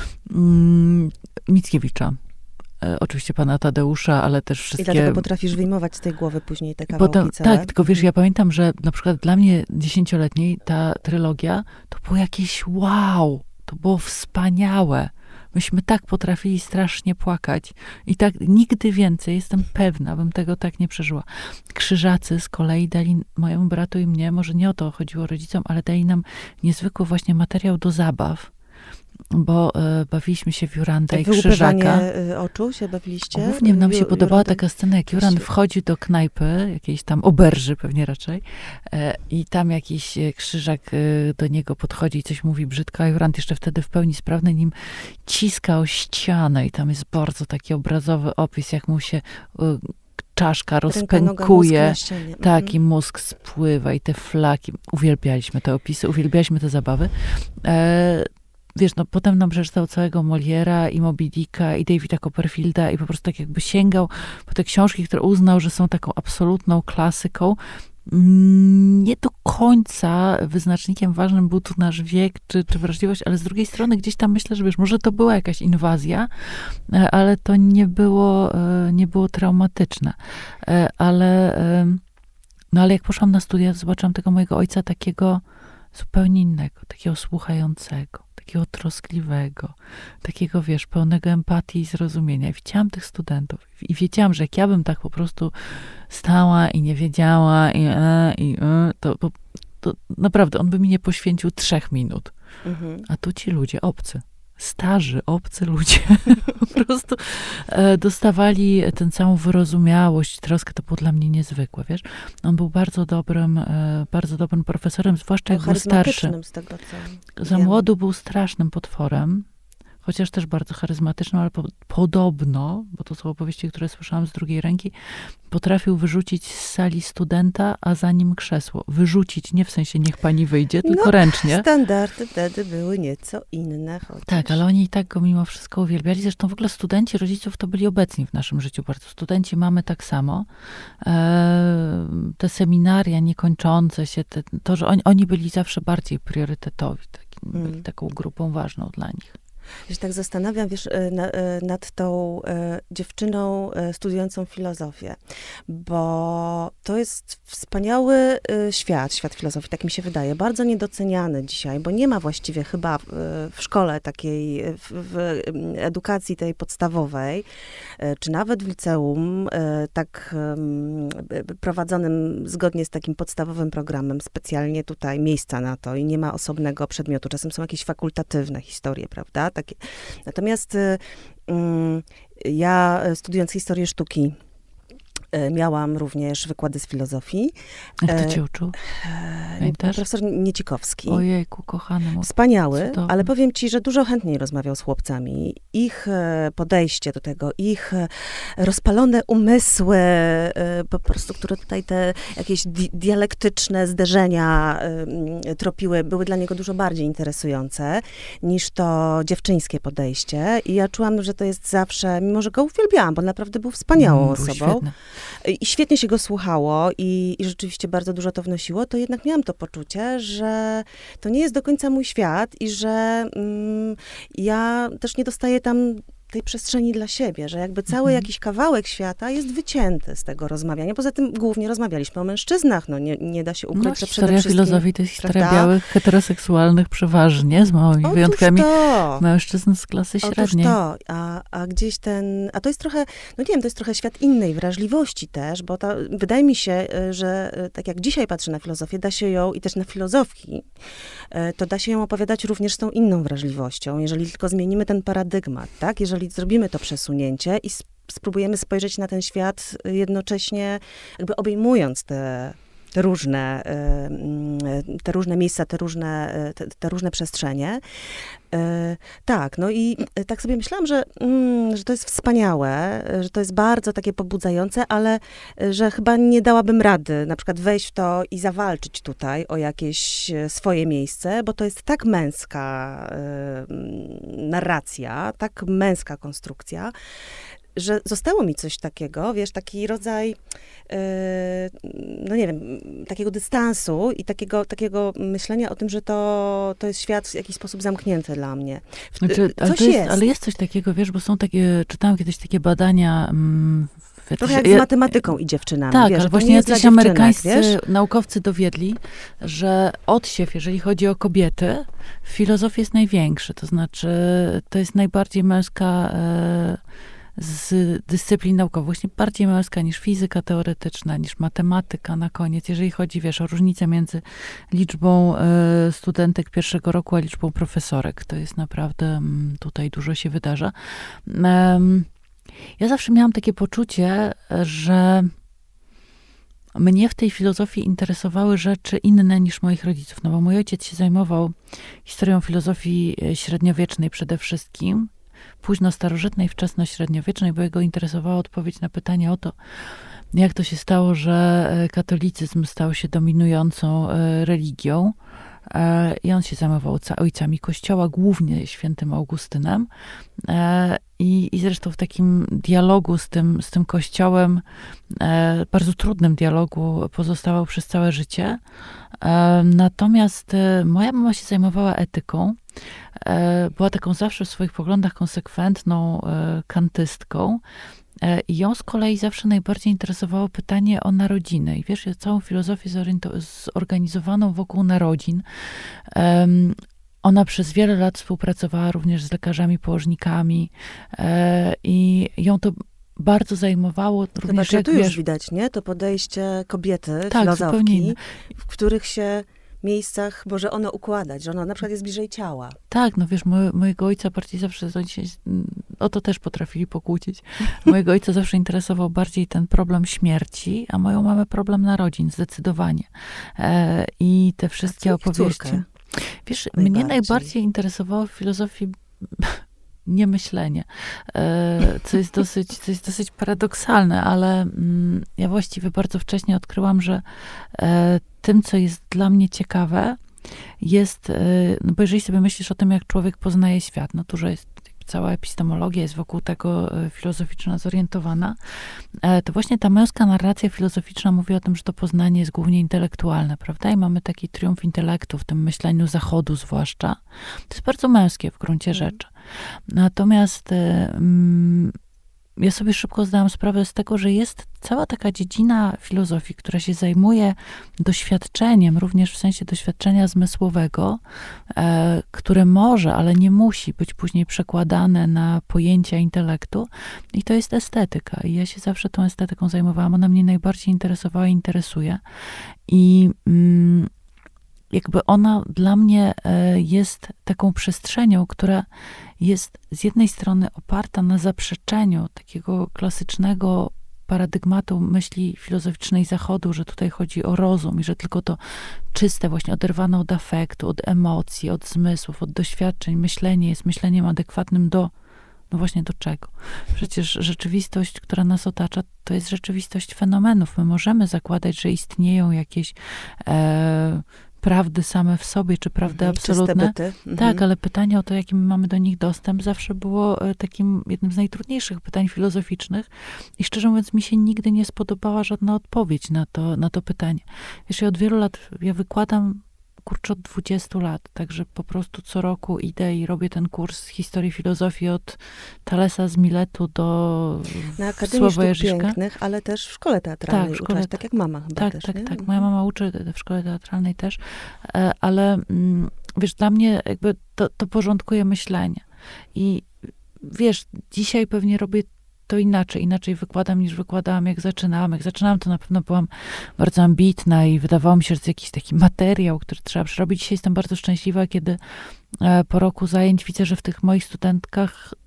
S2: Um, Mickiewicza. E, oczywiście pana Tadeusza, ale też wszystkie...
S1: I dlatego potrafisz wyjmować z tej głowy później te kawałki Potem,
S2: Tak, tylko wiesz, ja pamiętam, że na przykład dla mnie dziesięcioletniej ta trylogia to było jakieś wow, to było wspaniałe. Myśmy tak potrafili strasznie płakać. I tak nigdy więcej, jestem pewna, bym tego tak nie przeżyła. Krzyżacy z kolei dali mojemu bratu i mnie, może nie o to chodziło rodzicom, ale dali nam niezwykły właśnie materiał do zabaw. Bo e, bawiliśmy się w Juranda i Krzyżaka.
S1: Oczu się bawiliście?
S2: Głównie nam się podobała taka scena, jak Jurand wchodzi do knajpy, jakiejś tam oberży pewnie raczej, e, i tam jakiś Krzyżak e, do niego podchodzi i coś mówi brzydko, a Jurand jeszcze wtedy w pełni sprawny nim ciska o ścianę i tam jest bardzo taki obrazowy opis, jak mu się e, czaszka rozpękuje,
S1: Ręka, mózg
S2: tak, i mózg spływa i te flaki. Uwielbialiśmy te opisy, uwielbialiśmy te zabawy. E, Wiesz, no potem nam przeczytał całego Moliera i Moby Dicka i Davida Copperfielda i po prostu tak jakby sięgał po te książki, które uznał, że są taką absolutną klasyką. Nie do końca wyznacznikiem ważnym był tu nasz wiek czy, czy wrażliwość, ale z drugiej strony gdzieś tam myślę, że wiesz, może to była jakaś inwazja, ale to nie było, nie było traumatyczne. Ale, no ale jak poszłam na studia, to zobaczyłam tego mojego ojca takiego zupełnie innego, takiego słuchającego, takiego troskliwego, takiego, wiesz, pełnego empatii i zrozumienia. I widziałam tych studentów i wiedziałam, że jak ja bym tak po prostu stała i nie wiedziała i, e, i e, to, to, to naprawdę on by mi nie poświęcił trzech minut. Mhm. A tu ci ludzie obcy, starzy, obcy ludzie po prostu e, dostawali tę całą wyrozumiałość, troskę. To było dla mnie niezwykłe, wiesz. On był bardzo dobrym, e, bardzo dobrym profesorem, zwłaszcza jak był starszy.
S1: Z tego, co
S2: Za
S1: wiem.
S2: młodu był strasznym potworem, chociaż też bardzo charyzmatycznym, ale po, podobno, bo to są opowieści, które słyszałam z drugiej ręki, potrafił wyrzucić z sali studenta, a za nim krzesło. Wyrzucić, nie w sensie niech pani wyjdzie, tylko
S1: no,
S2: ręcznie.
S1: Standardy wtedy były nieco inne. Chociaż.
S2: Tak, ale oni i tak go mimo wszystko uwielbiali. Zresztą w ogóle studenci rodziców to byli obecni w naszym życiu bardzo. Studenci mamy tak samo. E, te seminaria niekończące się, te, to, że oni, oni byli zawsze bardziej priorytetowi. Taki, hmm. Byli taką grupą ważną dla nich.
S1: Ja się tak zastanawiam, wiesz, na, nad tą e, dziewczyną e, studiującą filozofię, bo to jest wspaniały e, świat, świat filozofii, tak mi się wydaje, bardzo niedoceniany dzisiaj, bo nie ma właściwie chyba w, w szkole takiej, w, w edukacji tej podstawowej, e, czy nawet w liceum, e, tak e, prowadzonym zgodnie z takim podstawowym programem, specjalnie tutaj miejsca na to i nie ma osobnego przedmiotu. Czasem są jakieś fakultatywne historie, prawda? Takie. Natomiast y, y, ja studiując historię sztuki y, miałam również wykłady z filozofii.
S2: A kto cię uczył?
S1: E, profesor Niecikowski.
S2: Ojejku, kochany mój.
S1: Wspaniały,
S2: Cudowny.
S1: Ale powiem ci, że dużo chętniej rozmawiał z chłopcami. Ich podejście do tego, ich rozpalone umysły, po prostu, które tutaj te jakieś di- dialektyczne zderzenia y, tropiły, były dla niego dużo bardziej interesujące niż to dziewczyńskie podejście. I ja czułam, że to jest zawsze, mimo że go uwielbiałam, bo naprawdę był wspaniałą
S2: mm,
S1: osobą.
S2: Świetny.
S1: I świetnie się go słuchało i, i rzeczywiście bardzo dużo to wnosiło, to jednak miałam to poczucie, że to nie jest do końca mój świat i że mm, ja też nie dostaję tam tej przestrzeni dla siebie, że jakby cały mhm. jakiś kawałek świata jest wycięty z tego rozmawiania. Poza tym głównie rozmawialiśmy o mężczyznach. No nie, nie da się ukryć,
S2: no,
S1: że
S2: historia
S1: przede wszystkim...
S2: filozofii to jest historia
S1: prawda?
S2: białych, heteroseksualnych przeważnie, z małymi
S1: Otóż
S2: wyjątkami
S1: to.
S2: mężczyzn z klasy średniej.
S1: Otóż to. A, a gdzieś ten... A to jest trochę, no nie wiem, to jest trochę świat innej wrażliwości też, bo to, wydaje mi się, że tak jak dzisiaj patrzę na filozofię, da się ją, i też na filozofii, to da się ją opowiadać również z tą inną wrażliwością, jeżeli tylko zmienimy ten paradygmat, tak? Jeżeli jeżeli zrobimy to przesunięcie i spróbujemy spojrzeć na ten świat jednocześnie jakby obejmując te, te różne, te różne miejsca, te różne, te, te różne przestrzenie. Tak, no i tak sobie myślałam, że, że to jest wspaniałe, że to jest bardzo takie pobudzające, ale że chyba nie dałabym rady na przykład wejść w to i zawalczyć tutaj o jakieś swoje miejsce, bo to jest tak męska narracja, tak męska konstrukcja, że zostało mi coś takiego, wiesz, taki rodzaj, yy, no nie wiem, takiego dystansu i takiego, takiego myślenia o tym, że to, to jest świat w jakiś sposób zamknięty dla mnie.
S2: Znaczy, ale,
S1: coś
S2: jest,
S1: jest.
S2: ale jest coś takiego, wiesz, bo są takie, czytałam kiedyś takie badania... Mm,
S1: Trochę jak z matematyką i dziewczynami.
S2: Tak,
S1: wiesz,
S2: ale właśnie jacyś amerykańscy
S1: wiesz?
S2: naukowcy dowiedli, że odsiew, jeżeli chodzi o kobiety, w filozofii jest największy. To znaczy, to jest najbardziej męska... E, z dyscyplin naukowych, właśnie bardziej męska niż fizyka teoretyczna, niż matematyka na koniec, jeżeli chodzi, wiesz, o różnicę między liczbą y, studentek pierwszego roku, a liczbą profesorek. To jest naprawdę, m, tutaj dużo się wydarza. Um, ja zawsze miałam takie poczucie, że mnie w tej filozofii interesowały rzeczy inne niż moich rodziców, no bo mój ojciec się zajmował historią filozofii średniowiecznej przede wszystkim, późno starożytnej, wczesno średniowiecznej, bo jego interesowała odpowiedź na pytanie o to, jak to się stało, że katolicyzm stał się dominującą religią. I on się zajmował ojcami Kościoła, głównie świętym Augustynem. I, i zresztą w takim dialogu z tym, z tym Kościołem, bardzo trudnym dialogu, pozostawał przez całe życie. Natomiast moja mama się zajmowała etyką. Była taką zawsze w swoich poglądach konsekwentną kantystką. I ją z kolei zawsze najbardziej interesowało pytanie o narodziny. I wiesz, całą filozofię zorganizowaną wokół narodzin. Um, ona przez wiele lat współpracowała również z lekarzami położnikami e, i ją to bardzo zajmowało. Również,
S1: Chyba,
S2: jak,
S1: tu już
S2: wiesz,
S1: widać, nie? To podejście kobiety,
S2: tak,
S1: filozofki, w których się miejscach może ono układać, że ono na przykład jest bliżej ciała.
S2: Tak, no wiesz, moje, mojego ojca bardziej zawsze, o to też potrafili pokłócić, mojego ojca zawsze interesował bardziej ten problem śmierci, a moją mamę problem narodzin, zdecydowanie. E, I te wszystkie opowieści. Córkę? Wiesz, najbardziej. Mnie najbardziej interesowało w filozofii niemyślenie, e, co jest dosyć, co jest dosyć paradoksalne, ale mm, ja właściwie bardzo wcześnie odkryłam, że e, tym, co jest dla mnie ciekawe, jest, e, no bo jeżeli sobie myślisz o tym, jak człowiek poznaje świat, no dużo jest, cała epistemologia jest wokół tego e, filozoficzna zorientowana, e, to właśnie ta męska narracja filozoficzna mówi o tym, że to poznanie jest głównie intelektualne, prawda? I mamy taki triumf intelektu w tym myśleniu Zachodu zwłaszcza. To jest bardzo męskie w gruncie rzeczy. Natomiast mm, ja sobie szybko zdałam sprawę z tego, że jest cała taka dziedzina filozofii, która się zajmuje doświadczeniem, również w sensie doświadczenia zmysłowego, e, które może, ale nie musi być później przekładane na pojęcia intelektu. I to jest estetyka. I ja się zawsze tą estetyką zajmowałam. Ona mnie najbardziej interesowała i interesuje. I mm, jakby ona dla mnie jest taką przestrzenią, która jest z jednej strony oparta na zaprzeczeniu takiego klasycznego paradygmatu myśli filozoficznej Zachodu, że tutaj chodzi o rozum i że tylko to czyste, właśnie oderwane od afektu, od emocji, od zmysłów, od doświadczeń, myślenie jest myśleniem adekwatnym do, no właśnie do czego? Przecież rzeczywistość, która nas otacza, to jest rzeczywistość fenomenów. My możemy zakładać, że istnieją jakieś e, prawdy same w sobie, czy prawdy mhm, absolutne. Mhm. Tak, ale pytanie o to, jaki my mamy do nich dostęp, zawsze było takim jednym z najtrudniejszych pytań filozoficznych i szczerze mówiąc, mi się nigdy nie spodobała żadna odpowiedź na to, na to pytanie. Wiesz, ja od wielu lat, ja wykładam kurczę od dwudziestu lat, także po prostu co roku idę i robię ten kurs historii filozofii od Thalesa z Miletu do
S1: na Akademii Sztuk Pięknych, ale też w szkole teatralnej tak, w szkole, uczyłaś, tak jak mama chyba
S2: tak,
S1: też,
S2: Tak,
S1: nie?
S2: tak, moja mama uczy w szkole teatralnej też, ale wiesz, dla mnie jakby to, to porządkuje myślenie i wiesz, dzisiaj pewnie robię to inaczej, inaczej wykładam niż wykładałam, jak zaczynałam. Jak zaczynałam, to na pewno byłam bardzo ambitna i wydawało mi się, że to jakiś taki materiał, który trzeba przerobić. Dzisiaj jestem bardzo szczęśliwa, kiedy po roku zajęć widzę, że w tych moich studentkach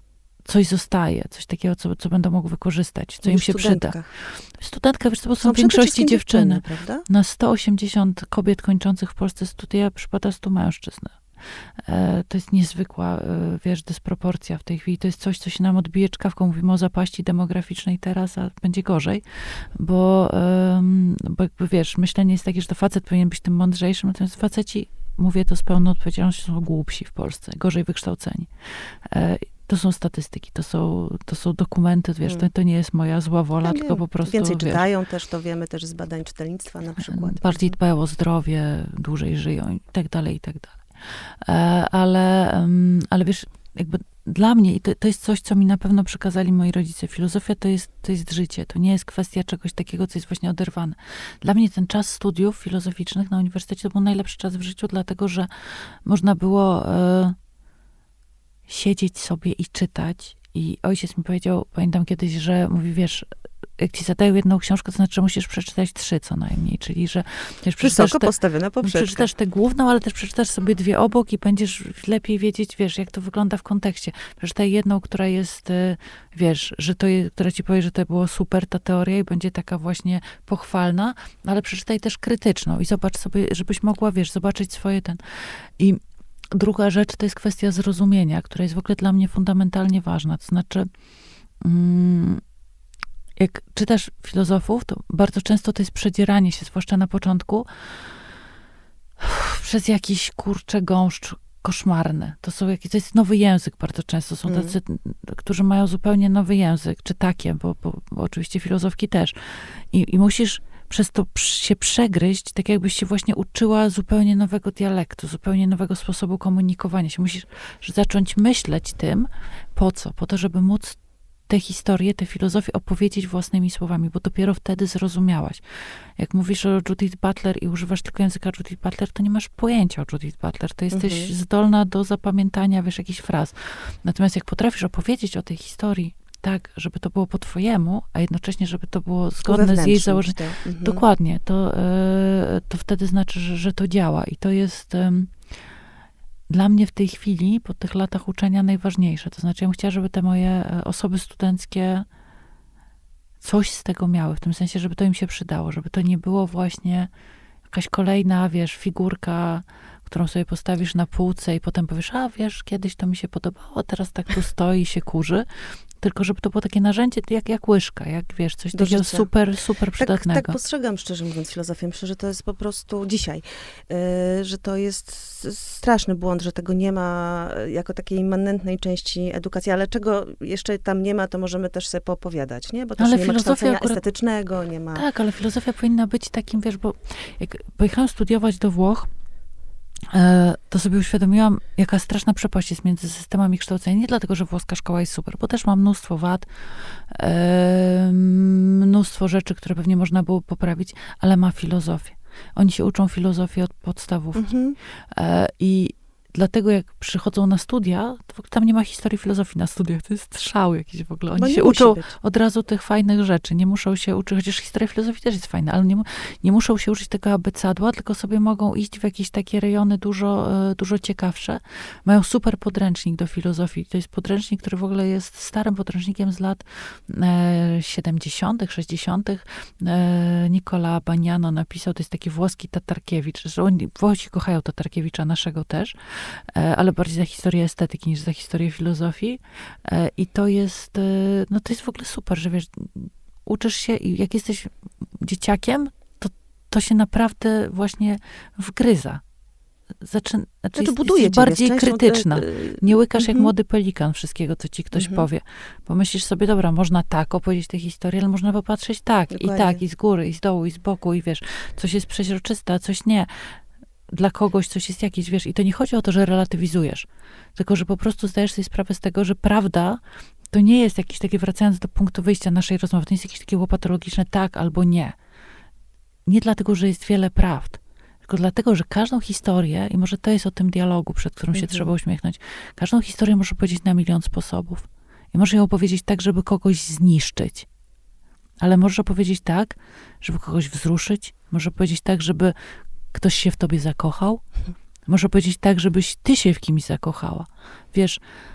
S2: coś zostaje, coś takiego, co, co będą mogły wykorzystać, co im się przyda. Studentka, wiesz, to są, są w większości dziewczyny. dziewczyny Na sto osiemdziesiąt kobiet kończących w Polsce studia przypada stu mężczyzn. E, to jest niezwykła, e, wiesz, dysproporcja w tej chwili. To jest coś, co się nam odbije czkawką. Mówimy o zapaści demograficznej teraz, a będzie gorzej, bo, e, bo jakby, wiesz, myślenie jest takie, że to facet powinien być tym mądrzejszym, natomiast faceci, mówię to z pełną odpowiedzialnością, są głupsi w Polsce, gorzej wykształceni. E, To są statystyki, to są, to są dokumenty, wiesz, to, to nie jest moja zła wola, no tylko po prostu,
S1: Więcej
S2: wiesz,
S1: czytają też, to wiemy też z badań czytelnictwa na przykład.
S2: Bardziej dbają o zdrowie, dłużej żyją i tak dalej, i tak dalej. Ale, ale wiesz, jakby dla mnie, i to, to jest coś, co mi na pewno przekazali moi rodzice, filozofia to jest, to jest życie, to nie jest kwestia czegoś takiego, co jest właśnie oderwane. Dla mnie ten czas studiów filozoficznych na uniwersytecie to był najlepszy czas w życiu, dlatego, że można było siedzieć sobie i czytać. I ojciec mi powiedział, pamiętam kiedyś, że mówi, wiesz, jak ci zadają jedną książkę, to znaczy, że musisz przeczytać trzy co najmniej, czyli, że wiesz,
S1: wysoko postawiona poprzeczka.
S2: Przeczytasz tę główną, ale też przeczytasz sobie dwie obok i będziesz lepiej wiedzieć, wiesz, jak to wygląda w kontekście. Przeczytaj jedną, która jest, wiesz, że to jest, która ci powie, że to było super, ta teoria i będzie taka właśnie pochwalna, ale przeczytaj też krytyczną i zobacz sobie, żebyś mogła, wiesz, zobaczyć swoje ten... I druga rzecz to jest kwestia zrozumienia, która jest w ogóle dla mnie fundamentalnie ważna. To znaczy, mm, jak czytasz filozofów, to bardzo często to jest przedzieranie się, zwłaszcza na początku, przez jakiś, kurczę, gąszcz koszmarny. To są jakieś, to jest nowy język bardzo często. Są tacy, mm. którzy mają zupełnie nowy język, czy takie, bo, bo, bo oczywiście filozofki też. I, i musisz przez to się przegryźć, tak jakbyś się właśnie uczyła zupełnie nowego dialektu, zupełnie nowego sposobu komunikowania się. Musisz zacząć myśleć tym, po co? Po to, żeby móc tę historię, tę filozofię opowiedzieć własnymi słowami, bo dopiero wtedy zrozumiałaś. Jak mówisz o Judith Butler i używasz tylko języka Judith Butler, to nie masz pojęcia o Judith Butler. To jesteś mhm. zdolna do zapamiętania, wiesz, jakichś fraz. Natomiast jak potrafisz opowiedzieć o tej historii tak, żeby to było po twojemu, a jednocześnie, żeby to było zgodne z jej założeniem. Mhm. Dokładnie. To, to wtedy znaczy, że, że to działa. I to jest um, dla mnie w tej chwili, po tych latach uczenia, najważniejsze. To znaczy, ja bym chciała, żeby te moje osoby studenckie coś z tego miały. W tym sensie, żeby to im się przydało. Żeby to nie było właśnie jakaś kolejna, wiesz, figurka, którą sobie postawisz na półce i potem powiesz, a wiesz, kiedyś to mi się podobało, teraz tak tu stoi i się kurzy. Tylko żeby to było takie narzędzie jak, jak łyżka, jak wiesz, coś do takiego życia. super, super przydatnego.
S1: Tak, tak postrzegam, szczerze mówiąc, filozofię. Myślę, że to jest po prostu dzisiaj, yy, że to jest straszny błąd, że tego nie ma jako takiej immanentnej części edukacji, ale czego jeszcze tam nie ma, to możemy też sobie poopowiadać, nie? Bo też ale nie ma kształcenia akurat... estetycznego, nie ma...
S2: Tak, ale filozofia powinna być takim, wiesz, bo jak pojechałam studiować do Włoch, to sobie uświadomiłam, jaka straszna przepaść jest między systemami kształcenia. Nie dlatego, że włoska szkoła jest super, bo też ma mnóstwo wad, mnóstwo rzeczy, które pewnie można było poprawić, ale ma filozofię. Oni się uczą filozofii od podstawówki. Mhm. I dlatego jak przychodzą na studia, to tam nie ma historii filozofii na studiach. To jest szał jakiś w ogóle. Oni się uczą być. od razu tych fajnych rzeczy. Nie muszą się uczyć, chociaż historia filozofii też jest fajna, ale nie, nie muszą się uczyć tego abecadła, tylko sobie mogą iść w jakieś takie rejony dużo, dużo ciekawsze. Mają super podręcznik do filozofii. To jest podręcznik, który w ogóle jest starym podręcznikiem z lat siedemdziesiątych, sześćdziesiątych. Nicola Bagnano napisał, to jest taki włoski Tatarkiewicz. Że oni, Włosi kochają Tatarkiewicza, naszego też, ale bardziej za historię estetyki niż za historię filozofii. I to jest, no to jest w ogóle super, że wiesz, uczysz się i jak jesteś dzieciakiem, to, to się naprawdę właśnie wgryza. Zaczyna, znaczy
S1: no to
S2: jest,
S1: buduje
S2: jest bardziej
S1: ciebie,
S2: krytyczna.
S1: Od...
S2: Nie łykasz jak młody pelikan wszystkiego, co ci ktoś powie. Pomyślisz sobie, dobra, można tak opowiedzieć tę historię, ale można popatrzeć tak, Dokładnie. i tak, i z góry, i z dołu, i z boku, i wiesz, coś jest przeźroczyste, a coś nie. Dla kogoś coś jest jakieś, wiesz, i to nie chodzi o to, że relatywizujesz, tylko, że po prostu zdajesz sobie sprawę z tego, że prawda to nie jest jakieś takie, wracając do punktu wyjścia naszej rozmowy, to nie jest jakieś takie łopatologiczne tak albo nie. Nie dlatego, że jest wiele prawd, tylko dlatego, że każdą historię, i może to jest o tym dialogu, przed którym się mhm. trzeba uśmiechnąć, każdą historię może powiedzieć na milion sposobów. I może ją opowiedzieć tak, żeby kogoś zniszczyć. Ale może powiedzieć tak, żeby kogoś wzruszyć, może powiedzieć tak, żeby ktoś się w tobie zakochał. Może powiedzieć tak, żebyś ty się w kimś zakochała. Wiesz,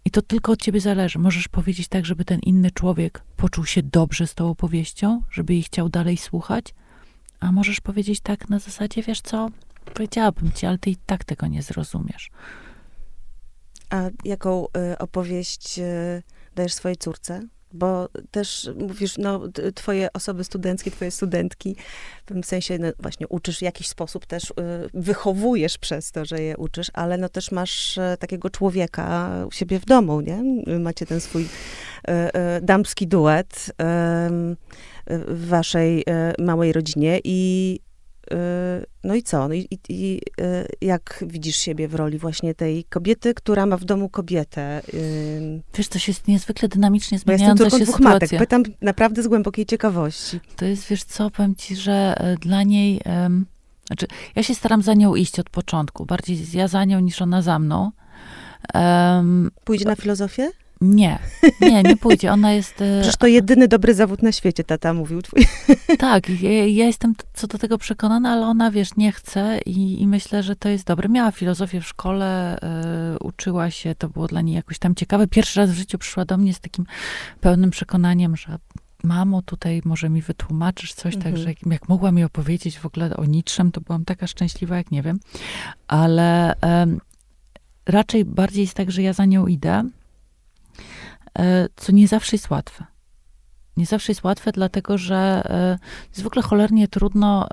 S2: I to tylko od ciebie zależy. Możesz powiedzieć tak, żeby ten inny człowiek poczuł się dobrze z tą opowieścią, żeby jej chciał dalej słuchać, a możesz powiedzieć tak na zasadzie, wiesz co, powiedziałabym ci, ale ty i tak tego nie zrozumiesz.
S1: A jaką y, opowieść y, dajesz swojej córce? Bo też mówisz, no, twoje osoby studenckie, twoje studentki, w pewnym sensie no, właśnie uczysz w jakiś sposób też, y, wychowujesz przez to, że je uczysz, ale no też masz y, takiego człowieka u siebie w domu, nie? Macie ten swój y, y, damski duet y, y, w waszej y, małej rodzinie i no i co? No i, i, i jak widzisz siebie w roli właśnie tej kobiety, która ma w domu kobietę?
S2: Wiesz, to jest niezwykle dynamicznie
S1: Bo
S2: zmieniająca
S1: ja
S2: się
S1: dwóch
S2: sytuacja.
S1: Matek. Pytam naprawdę z głębokiej ciekawości.
S2: To jest, wiesz co, powiem ci, że dla niej, um, znaczy, ja się staram za nią iść od początku. Bardziej ja za nią, niż ona za mną. Um,
S1: Pójdzie na filozofię?
S2: Nie, nie, nie pójdzie. Ona jest...
S1: Przecież to jedyny dobry zawód na świecie, tata mówił twój.
S2: Tak, ja, ja jestem co do tego przekonana, ale ona, wiesz, nie chce i, i myślę, że to jest dobre. Miała filozofię w szkole, y, uczyła się, to było dla niej jakoś tam ciekawe. Pierwszy raz w życiu przyszła do mnie z takim pełnym przekonaniem, że mamo, tutaj może mi wytłumaczysz coś, mhm. tak, że jak, jak mogła mi opowiedzieć w ogóle o niczym, to byłam taka szczęśliwa, jak nie wiem. Ale y, raczej bardziej jest tak, że ja za nią idę, co nie zawsze jest łatwe. Nie zawsze jest łatwe, dlatego że jest w ogóle cholernie trudno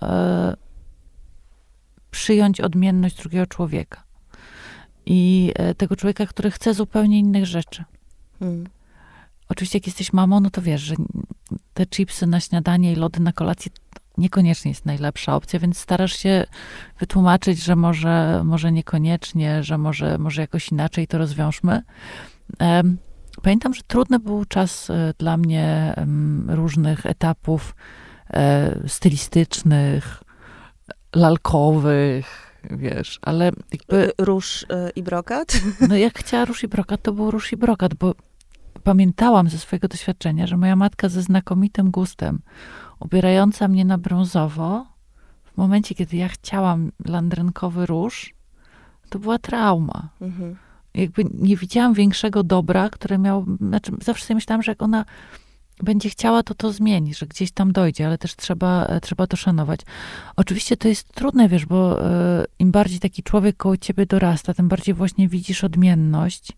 S2: przyjąć odmienność drugiego człowieka. I tego człowieka, który chce zupełnie innych rzeczy. Hmm. Oczywiście jak jesteś mamą, no to wiesz, że te chipsy na śniadanie i lody na kolację niekoniecznie jest najlepsza opcja, więc starasz się wytłumaczyć, że może, może niekoniecznie, że może, może jakoś inaczej to rozwiążmy. Pamiętam, że trudny był czas dla mnie różnych etapów stylistycznych, lalkowych, wiesz, ale jakby...
S1: Róż i brokat?
S2: No jak chciała róż i brokat, to był róż i brokat, bo pamiętałam ze swojego doświadczenia, że moja matka ze znakomitym gustem, ubierająca mnie na brązowo, w momencie, kiedy ja chciałam landrynkowy róż, to była trauma. Mhm. Jakby nie widziałam większego dobra, które miało, znaczy zawsze sobie myślałam, że jak ona będzie chciała, to to zmieni, że gdzieś tam dojdzie, ale też trzeba, trzeba to szanować. Oczywiście to jest trudne, wiesz, bo y, im bardziej taki człowiek koło ciebie dorasta, tym bardziej właśnie widzisz odmienność,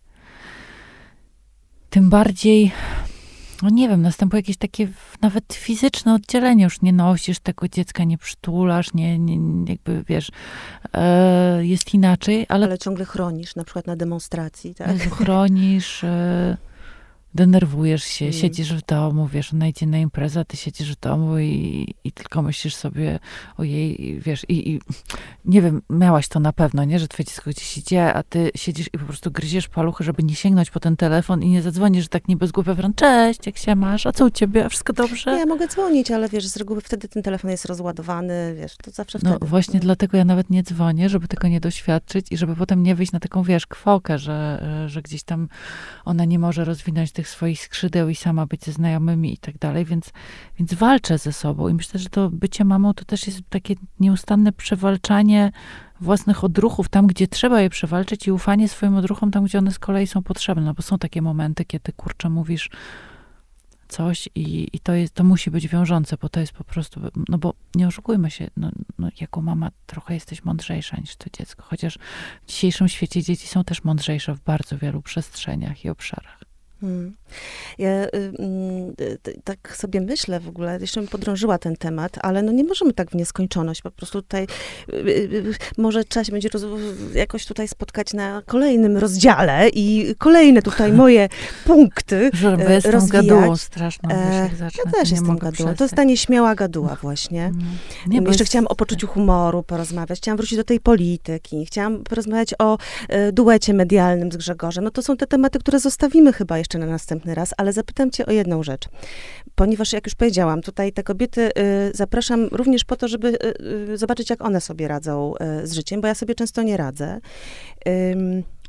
S2: tym bardziej, no nie wiem, następuje jakieś takie nawet fizyczne oddzielenie, już nie nosisz tego dziecka, nie przytulasz, nie, nie jakby, wiesz, e, jest inaczej, ale...
S1: Ale ciągle chronisz, na przykład na demonstracji, tak?
S2: Chronisz, e, denerwujesz się, mm. siedzisz w domu, wiesz, ona idzie na imprezę, a ty siedzisz w domu i, i tylko myślisz sobie o jej, wiesz, i, i nie wiem, miałaś to na pewno, nie, że twoje dziecko gdzieś idzie, a ty siedzisz i po prostu gryziesz paluchy, żeby nie sięgnąć po ten telefon i nie zadzwonisz, że tak nie bez głupia wręcz, cześć, jak się masz, a co u ciebie, a wszystko dobrze?
S1: Ja mogę dzwonić, ale wiesz, z reguły wtedy ten telefon jest rozładowany, wiesz, to zawsze wtedy.
S2: No właśnie, no. Dlatego ja nawet nie dzwonię, żeby tego nie doświadczyć i żeby potem nie wyjść na taką, wiesz, kwokę, że, że gdzieś tam ona nie może rozwinąć tych swoich skrzydeł i sama być ze znajomymi i tak dalej, więc, więc walczę ze sobą i myślę, że to bycie mamą to też jest takie nieustanne przewalczanie własnych odruchów tam, gdzie trzeba je przewalczyć i ufanie swoim odruchom tam, gdzie one z kolei są potrzebne, no bo są takie momenty, kiedy kurczę mówisz coś i, i to jest, to musi być wiążące, bo to jest po prostu, no bo nie oszukujmy się, no, no jako mama trochę jesteś mądrzejsza niż to dziecko, chociaż w dzisiejszym świecie dzieci są też mądrzejsze w bardzo wielu przestrzeniach i obszarach.
S1: Hmm. Ja y, y, tak sobie myślę w ogóle, jeszcze bym podrążyła ten temat, ale no nie możemy tak w nieskończoność, po prostu tutaj y, y, może trzeba się będzie roz, jakoś tutaj spotkać na kolejnym rozdziale i kolejne tutaj moje punkty
S2: Że
S1: y,
S2: jestem rozwijać. Gadułą straszną,
S1: e,
S2: wiesz, zacznę,
S1: ja też jestem gadułą. Przestać. To stanie śmiała gaduła właśnie. Mm. Nie, jeszcze jest... chciałam o poczuciu humoru porozmawiać, chciałam wrócić do tej polityki, chciałam porozmawiać o y, duecie medialnym z Grzegorzem. No to są te tematy, które zostawimy chyba jeszcze na następny raz, ale zapytam cię o jedną rzecz. Ponieważ, jak już powiedziałam, tutaj te kobiety y, zapraszam również po to, żeby y, y, zobaczyć, jak one sobie radzą y, z życiem, bo ja sobie często nie radzę. Y,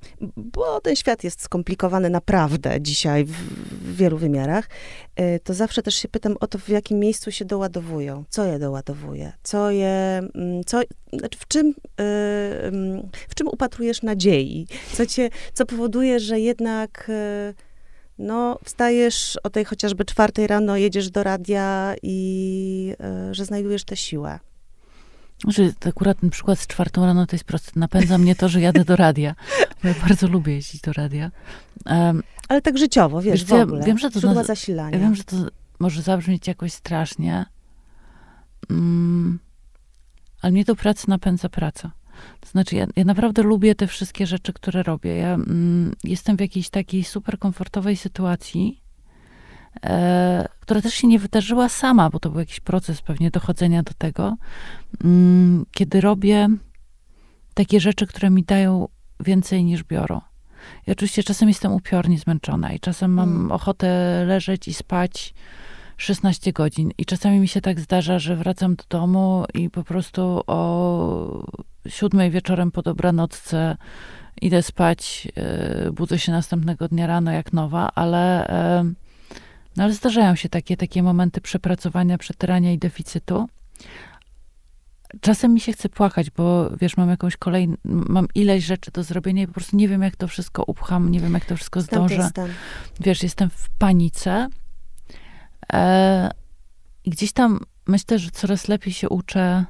S1: bo ten świat jest skomplikowany naprawdę dzisiaj w, w wielu wymiarach, to zawsze też się pytam o to, w jakim miejscu się doładowują, co je doładowuje, co je, co, znaczy w czym, w czym upatrujesz nadziei, co cię, co powoduje, że jednak no, wstajesz o tej chociażby czwartej rano, jedziesz do radia i że znajdujesz tę siłę.
S2: Że akurat ten przykład z czwartą rano to jest prosty. Napędza mnie to, że jadę do radia. Bo ja bardzo lubię jeździć do radia. Um,
S1: Ale tak życiowo, wiesz, wiesz w ogóle.
S2: Ja wiem, że to
S1: źródła zasilania.
S2: Ja wiem, że to może zabrzmieć jakoś strasznie, um, ale mnie do pracy napędza praca. To znaczy, ja, ja naprawdę lubię te wszystkie rzeczy, które robię. Ja um, jestem w jakiejś takiej super komfortowej sytuacji, E, która też się nie wydarzyła sama, bo to był jakiś proces pewnie dochodzenia do tego, mm, kiedy robię takie rzeczy, które mi dają więcej niż biorą. I oczywiście czasem jestem upiornie zmęczona i czasem mam mm. ochotę leżeć i spać szesnaście godzin. I czasami mi się tak zdarza, że wracam do domu i po prostu o siódmej wieczorem po dobranocce idę spać, e, budzę się następnego dnia rano jak nowa, ale e, No ale zdarzają się takie, takie momenty przepracowania, przetyrania i deficytu. Czasem mi się chce płakać, bo wiesz, mam jakąś kolejną, mam ileś rzeczy do zrobienia i po prostu nie wiem, jak to wszystko upcham, nie wiem, jak to wszystko zdążę. Wiesz, jestem w panice. E, I gdzieś tam myślę, że coraz lepiej się uczę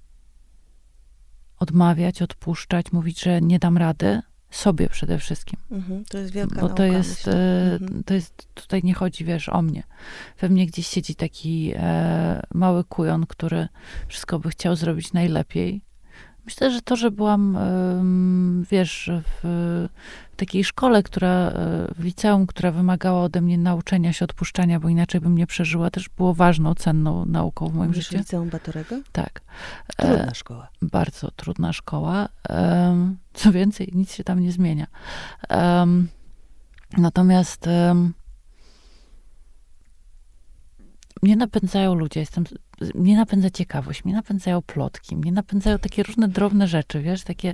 S2: odmawiać, odpuszczać, mówić, że nie dam rady. Sobie przede wszystkim.
S1: Mhm, to jest wielka
S2: Bo
S1: nauka,
S2: to jest, e,
S1: mhm.
S2: to jest, tutaj nie chodzi, wiesz, o mnie. We mnie gdzieś siedzi taki e, mały kujon, który wszystko by chciał zrobić najlepiej. Myślę, że to, że byłam, e, wiesz, w, w takiej szkole, która, e, w liceum, która wymagała ode mnie nauczenia się, odpuszczania, bo inaczej bym nie przeżyła, też było ważną, cenną nauką w moim
S1: Mówisz
S2: życiu.
S1: Liceum Batorego?
S2: Tak.
S1: Trudna szkoła.
S2: E, bardzo trudna szkoła. E, co więcej, nic się tam nie zmienia. E, natomiast e, mnie napędzają ludzie, jestem, mnie napędza ciekawość, mnie napędzają plotki, mnie napędzają takie różne drobne rzeczy, wiesz, takie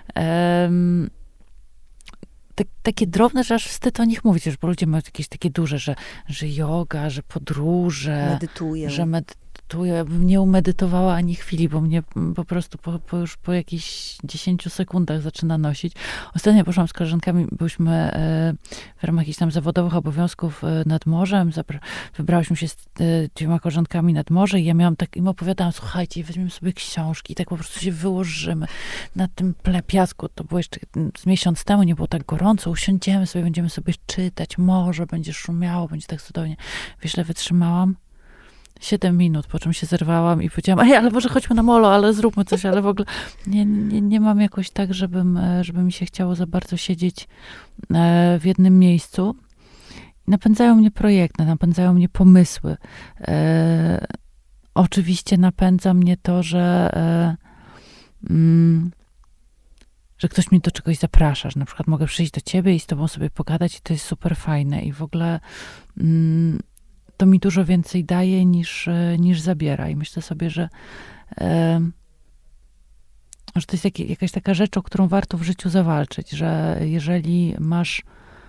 S2: um, te, takie drobne, że aż wstyd o nich mówić, już, bo ludzie mają jakieś takie duże, że, że yoga, że podróże,
S1: medytuję.
S2: że medytuję. Ja bym nie umedytowała ani chwili, bo mnie po prostu po, po już po jakichś dziesięciu sekundach zaczyna nosić. Ostatnio poszłam z koleżankami, byliśmy e, w ramach jakichś tam zawodowych obowiązków e, nad morzem. Zabra- wybrałyśmy się z e, dwiema koleżankami nad morze i ja miałam tak, im opowiadałam, słuchajcie, weźmiemy sobie książki i tak po prostu się wyłożymy na tym ple piasku. To było jeszcze z miesiąc temu, nie było tak gorąco. Usiądziemy sobie, będziemy sobie czytać, morze będzie szumiało, będzie tak cudownie. Wiesz, ile wytrzymałam? Siedem minut, po czym się zerwałam i powiedziałam, ej, ale może chodźmy na molo, ale zróbmy coś, ale w ogóle nie, nie, nie mam jakoś tak, żebym, żeby mi się chciało za bardzo siedzieć w jednym miejscu. Napędzają mnie projekty, napędzają mnie pomysły. E, oczywiście napędza mnie to, że e, mm, że ktoś mnie do czegoś zaprasza, że na przykład mogę przyjść do ciebie i z tobą sobie pogadać i to jest super fajne i w ogóle mm, to mi dużo więcej daje niż, niż zabiera. I myślę sobie, że, e, że to jest jak, jakaś taka rzecz, o którą warto w życiu zawalczyć, że jeżeli masz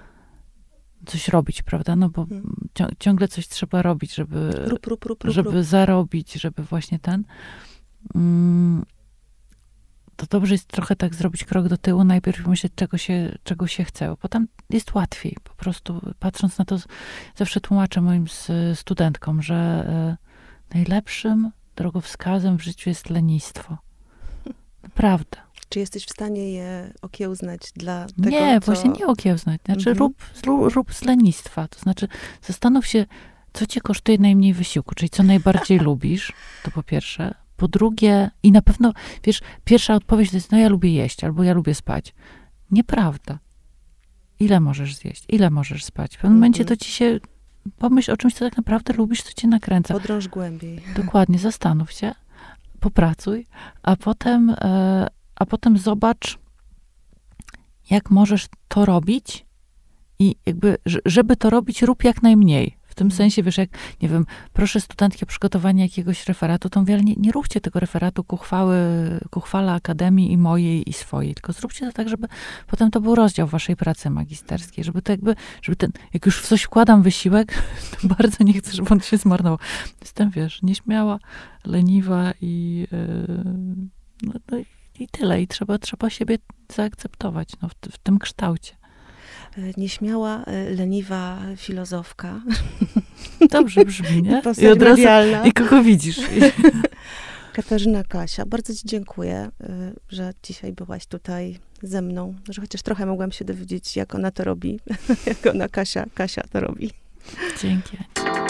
S2: coś robić, prawda, no bo hmm. ciągle coś trzeba robić, żeby,
S1: rup, rup, rup, rup,
S2: żeby
S1: rup.
S2: zarobić, żeby właśnie ten... Mm, to dobrze jest trochę tak zrobić krok do tyłu, najpierw myśleć, czego się, czego się chce, bo potem jest łatwiej. Po prostu patrząc na to, zawsze tłumaczę moim studentkom, że y, najlepszym drogowskazem w życiu jest lenistwo. Naprawdę.
S1: Czy jesteś w stanie je okiełznać dla tego,
S2: Nie,
S1: co...
S2: właśnie nie okiełznać. Znaczy
S1: Mhm.
S2: rób, rób z lenistwa. To znaczy zastanów się, co cię kosztuje najmniej wysiłku, czyli co najbardziej lubisz, to po pierwsze. Po drugie, i na pewno, wiesz, pierwsza odpowiedź to jest, no ja lubię jeść, albo ja lubię spać. Nieprawda. Ile możesz zjeść? Ile możesz spać? W pewnym mm-hmm. momencie to ci się, pomyśl o czymś, co tak naprawdę lubisz, co cię nakręca.
S1: Podrąż głębiej.
S2: Dokładnie, zastanów się, popracuj, a potem, e, a potem zobacz, jak możesz to robić i jakby, żeby to robić, rób jak najmniej. tym sensie, wiesz, jak, nie wiem, proszę studentki o przygotowanie jakiegoś referatu, to mówię, ale nie, nie róbcie tego referatu ku, chwały, ku chwale Akademii i mojej i swojej, tylko zróbcie to tak, żeby potem to był rozdział waszej pracy magisterskiej, żeby to jakby, żeby ten, jak już w coś wkładam wysiłek, to bardzo nie chcę, żeby on się zmarnował. Jestem, wiesz, nieśmiała, leniwa i, yy, no, no i tyle. I trzeba, trzeba siebie zaakceptować, no, w, w tym kształcie.
S1: Nieśmiała, leniwa filozofka.
S2: Dobrze brzmi, nie?
S1: I, I od razu,
S2: i kogo widzisz?
S1: Katarzyna Kasia, bardzo ci dziękuję, że dzisiaj byłaś tutaj ze mną, że chociaż trochę mogłam się dowiedzieć, jak ona to robi, jak ona, Kasia, Kasia to robi.
S2: Dzięki.